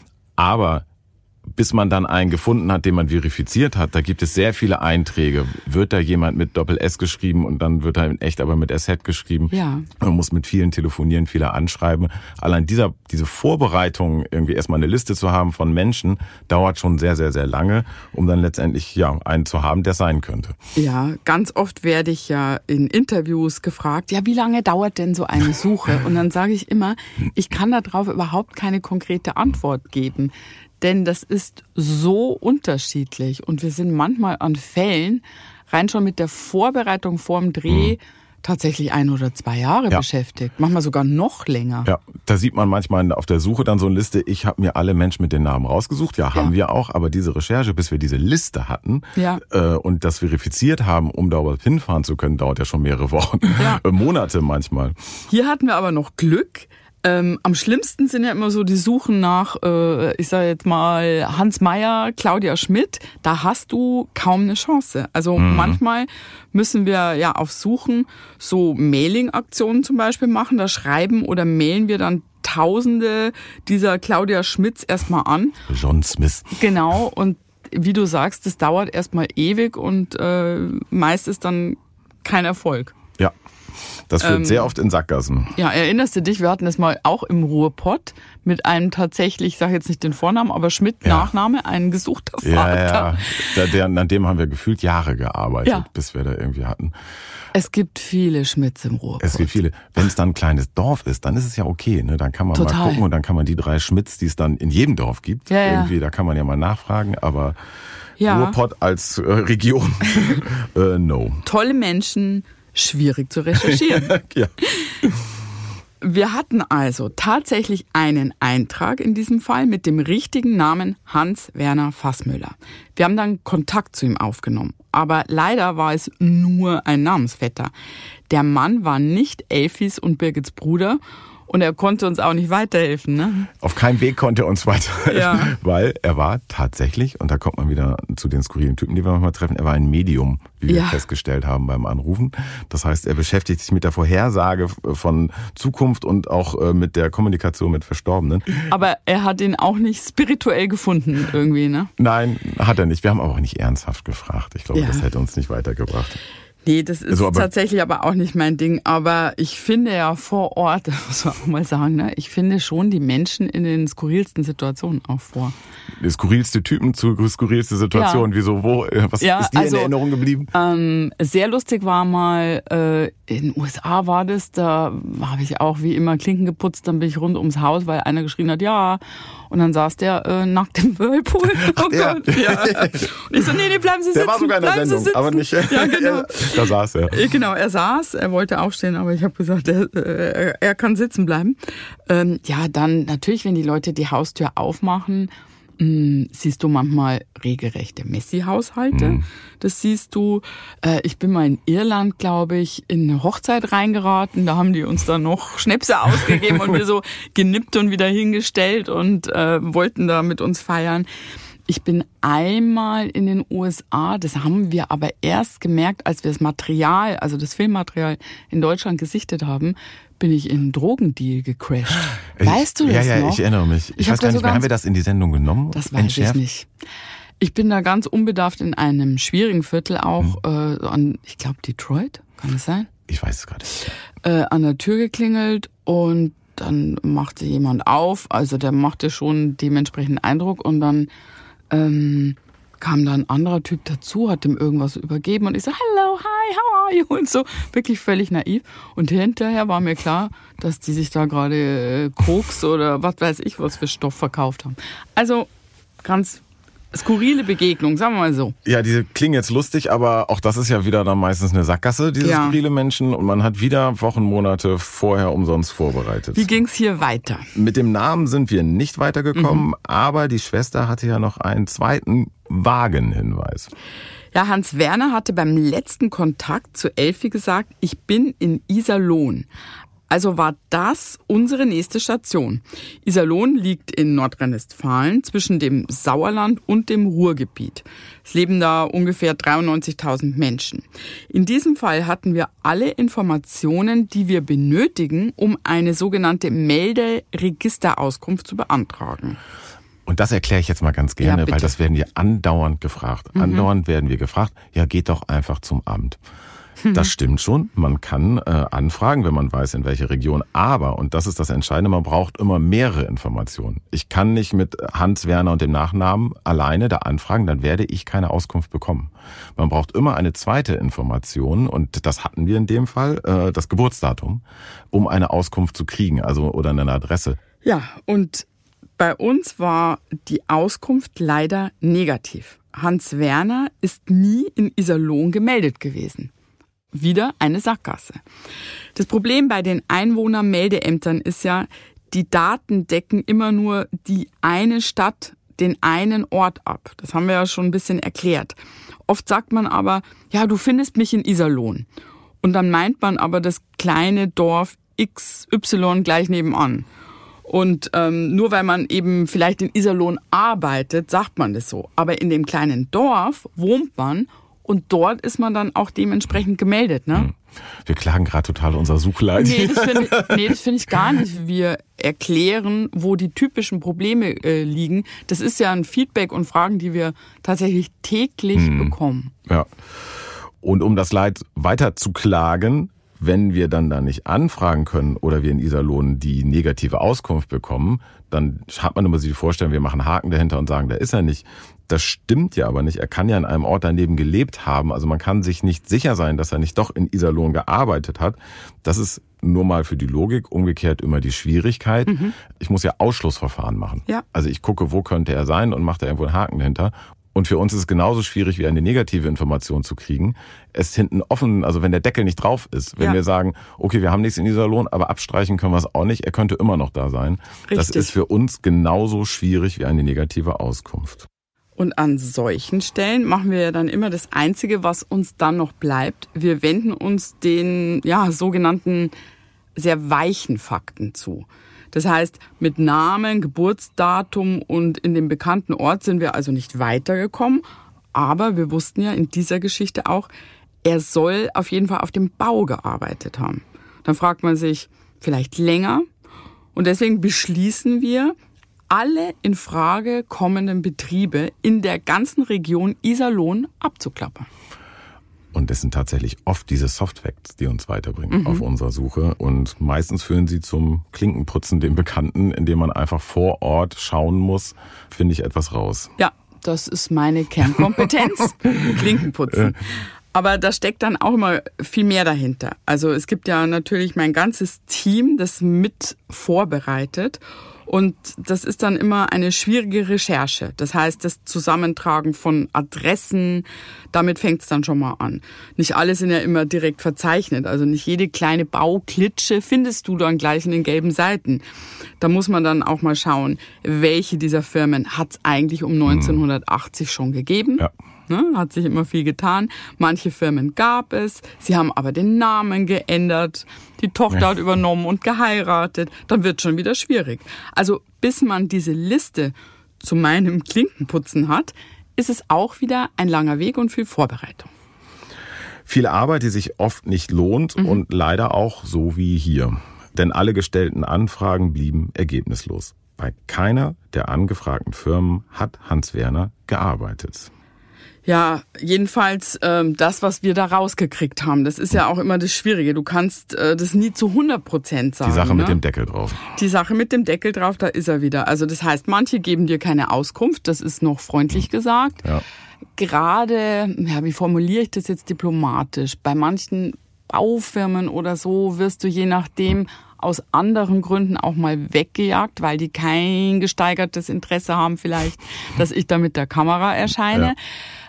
Aber bis man dann einen gefunden hat, den man verifiziert hat, da gibt es sehr viele Einträge. Wird da jemand mit Doppel-S geschrieben und dann wird er in echt aber mit S Z geschrieben. Ja. Man muss mit vielen telefonieren, viele anschreiben. Allein dieser, diese Vorbereitung, irgendwie erstmal eine Liste zu haben von Menschen, dauert schon sehr, sehr, sehr lange, um dann letztendlich ja einen zu haben, der sein könnte. Ja, ganz oft werde ich ja in Interviews gefragt, ja, wie lange dauert denn so eine Suche? Und dann sage ich immer, ich kann darauf überhaupt keine konkrete Antwort geben. Denn das ist so unterschiedlich und wir sind manchmal an Fällen rein schon mit der Vorbereitung vorm Dreh mhm. tatsächlich ein oder zwei Jahre ja. beschäftigt. Manchmal sogar noch länger. Ja, da sieht man manchmal auf der Suche dann so eine Liste. Ich habe mir alle Menschen mit den Namen rausgesucht. Ja, haben ja. wir auch. Aber diese Recherche, bis wir diese Liste hatten ja. äh, und das verifiziert haben, um da hinfahren zu können, dauert ja schon mehrere Wochen, ja. Monate manchmal. Hier hatten wir aber noch Glück. Ähm, am schlimmsten sind ja immer so die Suchen nach, äh, ich sage jetzt mal, Hans Meyer, Claudia Schmidt. Da hast du kaum eine Chance. Also mhm. manchmal müssen wir ja auf Suchen so Mailing-Aktionen zum Beispiel machen. Da schreiben oder mailen wir dann Tausende dieser Claudia Schmidts erstmal an. John Smith. Genau. Und wie du sagst, das dauert erstmal ewig und äh, meist ist dann kein Erfolg. Ja. Das führt Ähm, sehr oft in Sackgassen. Ja, erinnerst du dich, wir hatten es mal auch im Ruhrpott mit einem tatsächlich, ich sage jetzt nicht den Vornamen, aber Schmidt, Ja. Nachname, ein gesuchter Vater. Ja, ja. Da, der, an dem haben wir gefühlt Jahre gearbeitet, Ja. bis wir da irgendwie hatten. Es gibt viele Schmidts im Ruhrpott. Es gibt viele. Wenn es dann ein kleines Dorf ist, dann ist es ja okay. Ne? Dann kann man Total. mal gucken und dann kann man die drei Schmidts, die es dann in jedem Dorf gibt, Ja, ja. irgendwie, da kann man ja mal nachfragen. Aber Ja. Ruhrpott als äh, Region, äh, no. Tolle Menschen, schwierig zu recherchieren. Ja. Wir hatten also tatsächlich einen Eintrag in diesem Fall mit dem richtigen Namen Hans-Werner Fassmüller. Wir haben dann Kontakt zu ihm aufgenommen, aber leider war es nur ein Namensvetter. Der Mann war nicht Elfis und Birgits Bruder und er konnte uns auch nicht weiterhelfen, ne? Auf keinem Weg konnte er uns weiterhelfen, Ja. weil er war tatsächlich, und da kommt man wieder zu den skurrilen Typen, die wir manchmal treffen, er war ein Medium, wie wir Ja. festgestellt haben beim Anrufen. Das heißt, er beschäftigt sich mit der Vorhersage von Zukunft und auch äh, mit der Kommunikation mit Verstorbenen. Aber er hat ihn auch nicht spirituell gefunden irgendwie, ne? Nein, hat er nicht. Wir haben aber auch nicht ernsthaft gefragt. Ich glaube, Ja. das hätte uns nicht weitergebracht. Nee, das ist Also, aber- tatsächlich aber auch nicht mein Ding. Aber ich finde ja vor Ort, das muss man auch mal sagen, ne, ich finde schon die Menschen in den skurrilsten Situationen auch vor. Die skurrilste Typen zu skurrilste Situation. Ja. Wieso, wo, äh, was Ja, ist dir also, in Erinnerung geblieben? Ähm, sehr lustig war mal, äh, in den U S A war das, da habe ich auch wie immer Klinken geputzt, dann bin ich rund ums Haus, weil einer geschrien hat, ja. Und dann saß der äh, nackt im Whirlpool. Oh der. Gott, ja. Und ich so, nee, nee, bleiben Sie sitzen. Der war sogar in der bleiben Sie Sendung, sitzen. aber nicht. Ja, genau. Da saß er. Äh, Genau, er saß, er wollte aufstehen, aber ich habe gesagt, er, äh, er kann sitzen bleiben. Ähm, ja, dann natürlich, wenn die Leute die Haustür aufmachen, mh, siehst du manchmal regelrechte Messi-Haushalte. Mhm. Das siehst du. Äh, ich bin mal in Irland, glaube ich, in eine Hochzeit reingeraten. Da haben die uns dann noch Schnäpse ausgegeben und wir so genippt und wieder hingestellt und äh, wollten da mit uns feiern. Ich bin einmal in den U S A, das haben wir aber erst gemerkt, als wir das Material, also das Filmmaterial in Deutschland gesichtet haben, bin ich in einen Drogendeal gecrashed. Weißt du das ja, ja, noch? ich erinnere mich. Ich, Ich weiß hab gar da nicht so mehr, haben ganz- wir das in die Sendung genommen? Das weiß Entschärft? ich nicht. Ich bin da ganz unbedarft in einem schwierigen Viertel auch, Hm. äh, an, ich glaube Detroit, kann das sein? Ich weiß es gerade nicht. Äh, an der Tür geklingelt und dann machte jemand auf, also der machte schon dementsprechend Eindruck und dann ähm, kam da ein anderer Typ dazu, hat ihm irgendwas übergeben und ich so, hello, hi, how are you? Und so, wirklich völlig naiv. Und hinterher war mir klar, dass die sich da gerade äh, Koks oder was weiß ich was für Stoff verkauft haben. Also ganz skurrile Begegnung, sagen wir mal so. Ja, diese klingen jetzt lustig, aber auch das ist ja wieder dann meistens eine Sackgasse, diese Ja. skurrile Menschen. Und man hat wieder Wochen, Monate vorher umsonst vorbereitet. Wie ging's hier weiter? Mit dem Namen sind wir nicht weitergekommen, Mhm. aber die Schwester hatte ja noch einen zweiten vagen Hinweis. Ja, Hans Werner hatte beim letzten Kontakt zu Elfi gesagt, ich bin in Iserlohn. Also war das unsere nächste Station. Iserlohn liegt in Nordrhein-Westfalen zwischen dem Sauerland und dem Ruhrgebiet. Es leben da ungefähr dreiundneunzigtausend Menschen. In diesem Fall hatten wir alle Informationen, die wir benötigen, um eine sogenannte Melderegisterauskunft zu beantragen. Und das erkläre ich jetzt mal ganz gerne, Ja, bitte. weil das werden wir andauernd gefragt. Mhm. Andauernd werden wir gefragt, ja, geht doch einfach zum Amt. Das stimmt schon, man kann äh, anfragen, wenn man weiß, in welche Region. Aber, und das ist das Entscheidende, man braucht immer mehrere Informationen. Ich kann nicht mit Hans Werner und dem Nachnamen alleine da anfragen, dann werde ich keine Auskunft bekommen. Man braucht immer eine zweite Information, und das hatten wir in dem Fall, äh, das Geburtsdatum, um eine Auskunft zu kriegen, also oder eine Adresse. Ja, und bei uns war die Auskunft leider negativ. Hans Werner ist nie in Iserlohn gemeldet gewesen. Wieder eine Sackgasse. Das Problem bei den Einwohnermeldeämtern ist ja, die Daten decken immer nur die eine Stadt, den einen Ort ab. Das haben wir ja schon ein bisschen erklärt. Oft sagt man aber, ja, du findest mich in Iserlohn. Und dann meint man aber das kleine Dorf X Y gleich nebenan. Und ähm, nur weil man eben vielleicht in Iserlohn arbeitet, sagt man das so. Aber in dem kleinen Dorf wohnt man und dort ist man dann auch dementsprechend gemeldet, ne? Wir klagen gerade total unser Suchleid. Nee, das finde ich, nee, das finde ich gar nicht. Wir erklären, wo die typischen Probleme äh, liegen. Das ist ja ein Feedback und Fragen, die wir tatsächlich täglich Hm. bekommen. Ja. Und um das Leid weiter zu klagen, wenn wir dann da nicht anfragen können oder wir in Iserlohn die negative Auskunft bekommen, dann hat man immer so die Vorstellung, wir machen Haken dahinter und sagen, da ist er nicht. Das stimmt ja aber nicht. Er kann ja an einem Ort daneben gelebt haben. Also man kann sich nicht sicher sein, dass er nicht doch in Iserlohn gearbeitet hat. Das ist nur mal für die Logik. Umgekehrt immer die Schwierigkeit. Mhm. Ich muss ja Ausschlussverfahren machen. Ja. Also ich gucke, wo könnte er sein und mache da irgendwo einen Haken dahinter. Und für uns ist es genauso schwierig, wie eine negative Information zu kriegen. Es hinten offen, also wenn der Deckel nicht drauf ist. Wenn ja. wir sagen, okay, wir haben nichts in Iserlohn, aber abstreichen können wir es auch nicht. Er könnte immer noch da sein. Richtig. Das ist für uns genauso schwierig wie eine negative Auskunft. Und an solchen Stellen machen wir ja dann immer das Einzige, was uns dann noch bleibt. Wir wenden uns den ja, sogenannten sehr weichen Fakten zu. Das heißt, mit Namen, Geburtsdatum und in dem bekannten Ort sind wir also nicht weitergekommen. Aber wir wussten ja in dieser Geschichte auch, er soll auf jeden Fall auf dem Bau gearbeitet haben. Dann fragt man sich, vielleicht länger? Und deswegen beschließen wir, alle in Frage kommenden Betriebe in der ganzen Region Iserlohn abzuklappern. Und es sind tatsächlich oft diese Softfacts, die uns weiterbringen mhm. auf unserer Suche. Und meistens führen sie zum Klinkenputzen, dem Bekannten, indem man einfach vor Ort schauen muss, finde ich etwas raus. Ja, das ist meine Kernkompetenz, Klinkenputzen. Aber da steckt dann auch immer viel mehr dahinter. Also es gibt ja natürlich mein ganzes Team, das mit vorbereitet. Und das ist dann immer eine schwierige Recherche. Das heißt, das Zusammentragen von Adressen, damit fängt es dann schon mal an. Nicht alle sind ja immer direkt verzeichnet. Also nicht jede kleine Bauklitsche findest du dann gleich in den gelben Seiten. Da muss man dann auch mal schauen, welche dieser Firmen hat es eigentlich um neunzehnhundertachtzig schon gegeben. Ja. Ne, hat sich immer viel getan. Manche Firmen gab es, sie haben aber den Namen geändert, die Tochter ja. hat übernommen und geheiratet. Dann wird schon wieder schwierig. Also bis man diese Liste zu meinem Klinkenputzen hat, ist es auch wieder ein langer Weg und viel Vorbereitung. Viel Arbeit, die sich oft nicht lohnt mhm. und leider auch so wie hier. Denn alle gestellten Anfragen blieben ergebnislos. Bei keiner der angefragten Firmen hat Hans Werner gearbeitet. Ja, jedenfalls ähm, das, was wir da rausgekriegt haben, das ist ja auch immer das Schwierige. Du kannst äh, das nie zu hundert Prozent sagen. Die Sache ne? mit dem Deckel drauf. Die Sache mit dem Deckel drauf, da ist er wieder. Also das heißt, manche geben dir keine Auskunft, das ist noch freundlich gesagt. Ja. Gerade, ja, wie formuliere ich das jetzt diplomatisch? Bei manchen Baufirmen oder so wirst du je nachdem aus anderen Gründen auch mal weggejagt, weil die kein gesteigertes Interesse haben vielleicht, dass ich da mit der Kamera erscheine. Ja.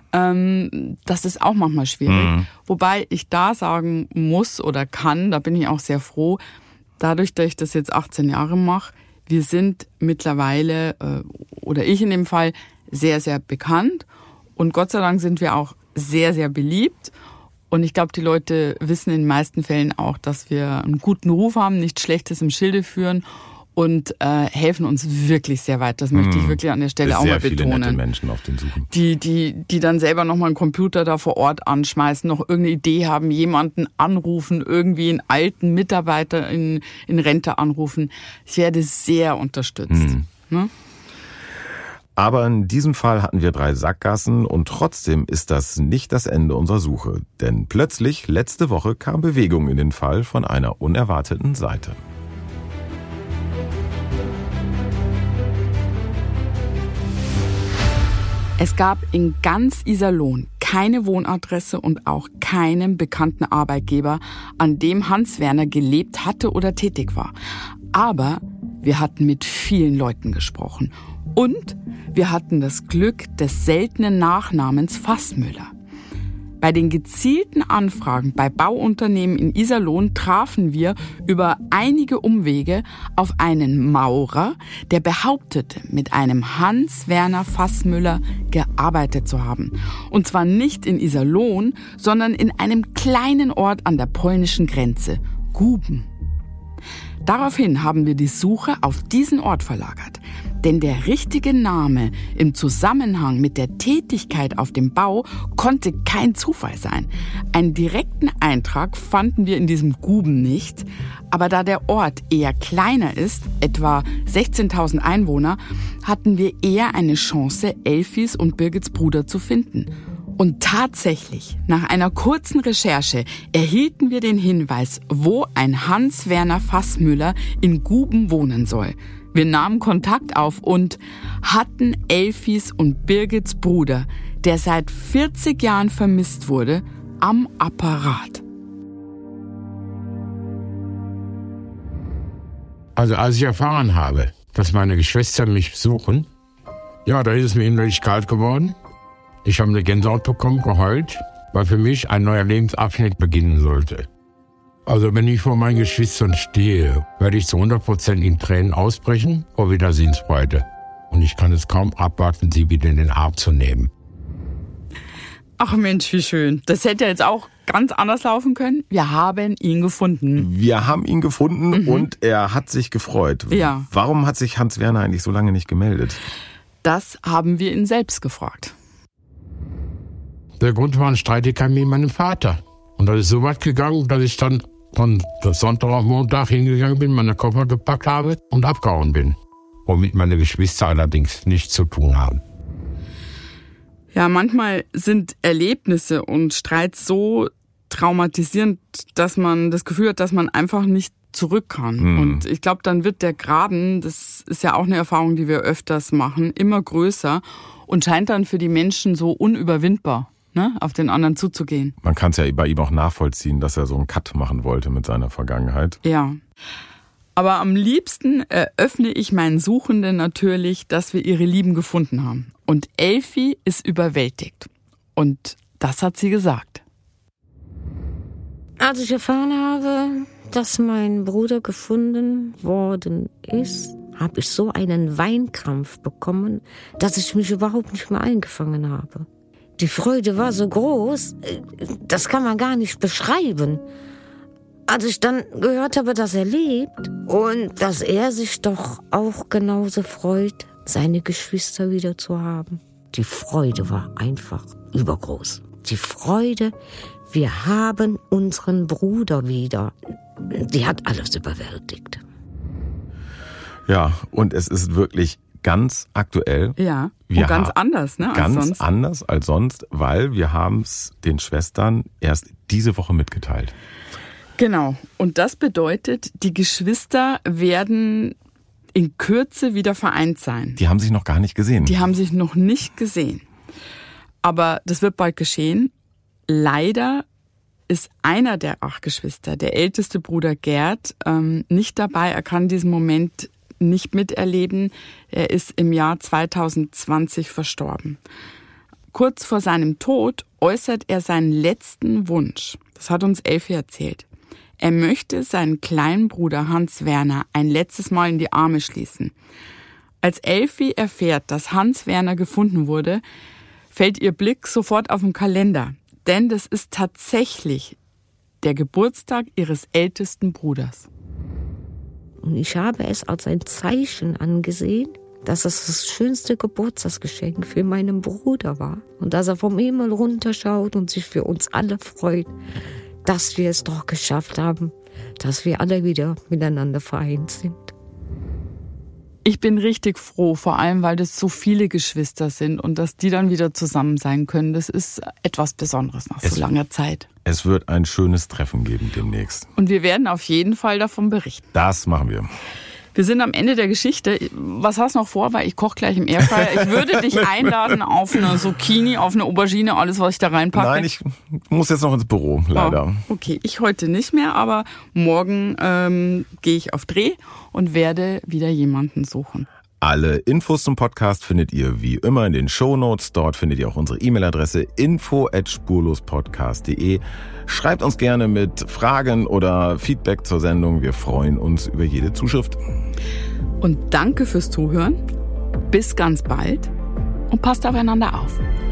Das ist auch manchmal schwierig. Mhm. Wobei ich da sagen muss oder kann, da bin ich auch sehr froh, dadurch, dass ich das jetzt achtzehn Jahre mache, wir sind mittlerweile, oder ich in dem Fall, sehr, sehr bekannt. Und Gott sei Dank sind wir auch sehr, sehr beliebt. Und ich glaube, die Leute wissen in den meisten Fällen auch, dass wir einen guten Ruf haben, nichts Schlechtes im Schilde führen. Und äh, helfen uns wirklich sehr weit. Das möchte ich wirklich an der Stelle auch mal betonen. Sehr viele nette Menschen auf den Suchen. Die, die, die dann selber nochmal einen Computer da vor Ort anschmeißen, noch irgendeine Idee haben, jemanden anrufen, irgendwie einen alten Mitarbeiter in, in Rente anrufen. Ich werde sehr unterstützt. Mhm. Ne? Aber in diesem Fall hatten wir drei Sackgassen und trotzdem ist das nicht das Ende unserer Suche. Denn plötzlich, letzte Woche, kam Bewegung in den Fall von einer unerwarteten Seite. Es gab in ganz Iserlohn keine Wohnadresse und auch keinen bekannten Arbeitgeber, an dem Hans Werner gelebt hatte oder tätig war. Aber wir hatten mit vielen Leuten gesprochen und wir hatten das Glück des seltenen Nachnamens Fassmüller. Bei den gezielten Anfragen bei Bauunternehmen in Iserlohn trafen wir über einige Umwege auf einen Maurer, der behauptete, mit einem Hans Werner Fassmüller gearbeitet zu haben. Und zwar nicht in Iserlohn, sondern in einem kleinen Ort an der polnischen Grenze, Guben. Daraufhin haben wir die Suche auf diesen Ort verlagert. Denn der richtige Name im Zusammenhang mit der Tätigkeit auf dem Bau konnte kein Zufall sein. Einen direkten Eintrag fanden wir in diesem Guben nicht. Aber da der Ort eher kleiner ist, etwa sechzehntausend Einwohner, hatten wir eher eine Chance, Elfis und Birgits Bruder zu finden. Und tatsächlich, nach einer kurzen Recherche erhielten wir den Hinweis, wo ein Hans-Werner Fassmüller in Guben wohnen soll. Wir nahmen Kontakt auf und hatten Elfis und Birgits Bruder, der seit vierzig Jahren vermisst wurde, am Apparat. Also als ich erfahren habe, dass meine Geschwister mich besuchen, ja, da ist es mir innerlich kalt geworden. Ich habe eine Gänsehaut bekommen, geheult, weil für mich ein neuer Lebensabschnitt beginnen sollte. Also wenn ich vor meinen Geschwistern stehe, werde ich zu hundert Prozent in Tränen ausbrechen vor Wiedersehensfreude. Und ich kann es kaum abwarten, sie wieder in den Arm zu nehmen. Ach Mensch, wie schön. Das hätte jetzt auch ganz anders laufen können. Wir haben ihn gefunden. Wir haben ihn gefunden Mhm. und er hat sich gefreut. Ja. Warum hat sich Hans-Werner eigentlich so lange nicht gemeldet? Das haben wir ihn selbst gefragt. Der Grund war ein Streitigkeit mit meinem Vater. Und das ist so weit gegangen, dass ich dann von Sonntag auf Montag hingegangen bin, meine Koffer gepackt habe und abgehauen bin. Womit meine Geschwister allerdings nichts zu tun haben. Ja, manchmal sind Erlebnisse und Streits so traumatisierend, dass man das Gefühl hat, dass man einfach nicht zurück kann. Mhm. Und ich glaube, dann wird der Graben, das ist ja auch eine Erfahrung, die wir öfters machen, immer größer und scheint dann für die Menschen so unüberwindbar, ne, auf den anderen zuzugehen. Man kann es ja bei ihm auch nachvollziehen, dass er so einen Cut machen wollte mit seiner Vergangenheit. Ja. Aber am liebsten eröffne ich meinen Suchenden natürlich, dass wir ihre Lieben gefunden haben. Und Elfi ist überwältigt. Und das hat sie gesagt. Als ich erfahren habe, dass mein Bruder gefunden worden ist, habe ich so einen Weinkrampf bekommen, dass ich mich überhaupt nicht mehr eingefangen habe. Die Freude war so groß, das kann man gar nicht beschreiben. Als ich dann gehört habe, dass er lebt und dass er sich doch auch genauso freut, seine Geschwister wieder zu haben. Die Freude war einfach übergroß. Die Freude, wir haben unseren Bruder wieder. Die hat alles überwältigt. Ja, und es ist wirklich ganz aktuell. Ja, Wir und ganz ha- anders, ne, als Ganz sonst. anders als sonst, weil wir haben es den Schwestern erst diese Woche mitgeteilt. Genau. Und das bedeutet, die Geschwister werden in Kürze wieder vereint sein. Die haben sich noch gar nicht gesehen. Die haben sich noch nicht gesehen. Aber das wird bald geschehen. Leider ist einer der acht Geschwister, der älteste Bruder Gerd, ähm, nicht dabei. Er kann diesen Moment nicht miterleben. Er ist im Jahr zweitausendzwanzig verstorben. Kurz vor seinem Tod äußert er seinen letzten Wunsch. Das hat uns Elfi erzählt. Er möchte seinen kleinen Bruder Hans-Werner ein letztes Mal in die Arme schließen. Als Elfi erfährt, dass Hans-Werner gefunden wurde, fällt ihr Blick sofort auf den Kalender. Denn das ist tatsächlich der Geburtstag ihres ältesten Bruders. Und ich habe es als ein Zeichen angesehen, dass es das schönste Geburtstagsgeschenk für meinen Bruder war. Und dass er vom Himmel runterschaut und sich für uns alle freut, dass wir es doch geschafft haben, dass wir alle wieder miteinander vereint sind. Ich bin richtig froh, vor allem, weil das so viele Geschwister sind und dass die dann wieder zusammen sein können. Das ist etwas Besonderes nach Es- so langer Zeit. Es wird ein schönes Treffen geben demnächst. Und wir werden auf jeden Fall davon berichten. Das machen wir. Wir sind am Ende der Geschichte. Was hast du noch vor? Weil ich koche gleich im Airfryer. Ich würde dich einladen auf eine Zucchini, auf eine Aubergine, alles, was ich da reinpacke. Nein, ich muss jetzt noch ins Büro, leider. Oh, okay, ich heute nicht mehr, aber morgen ähm, gehe ich auf Dreh und werde wieder jemanden suchen. Alle Infos zum Podcast findet ihr wie immer in den Shownotes. Dort findet ihr auch unsere E-Mail-Adresse info at spurlospodcast punkt de. Schreibt uns gerne mit Fragen oder Feedback zur Sendung. Wir freuen uns über jede Zuschrift. Und danke fürs Zuhören. Bis ganz bald und passt aufeinander auf.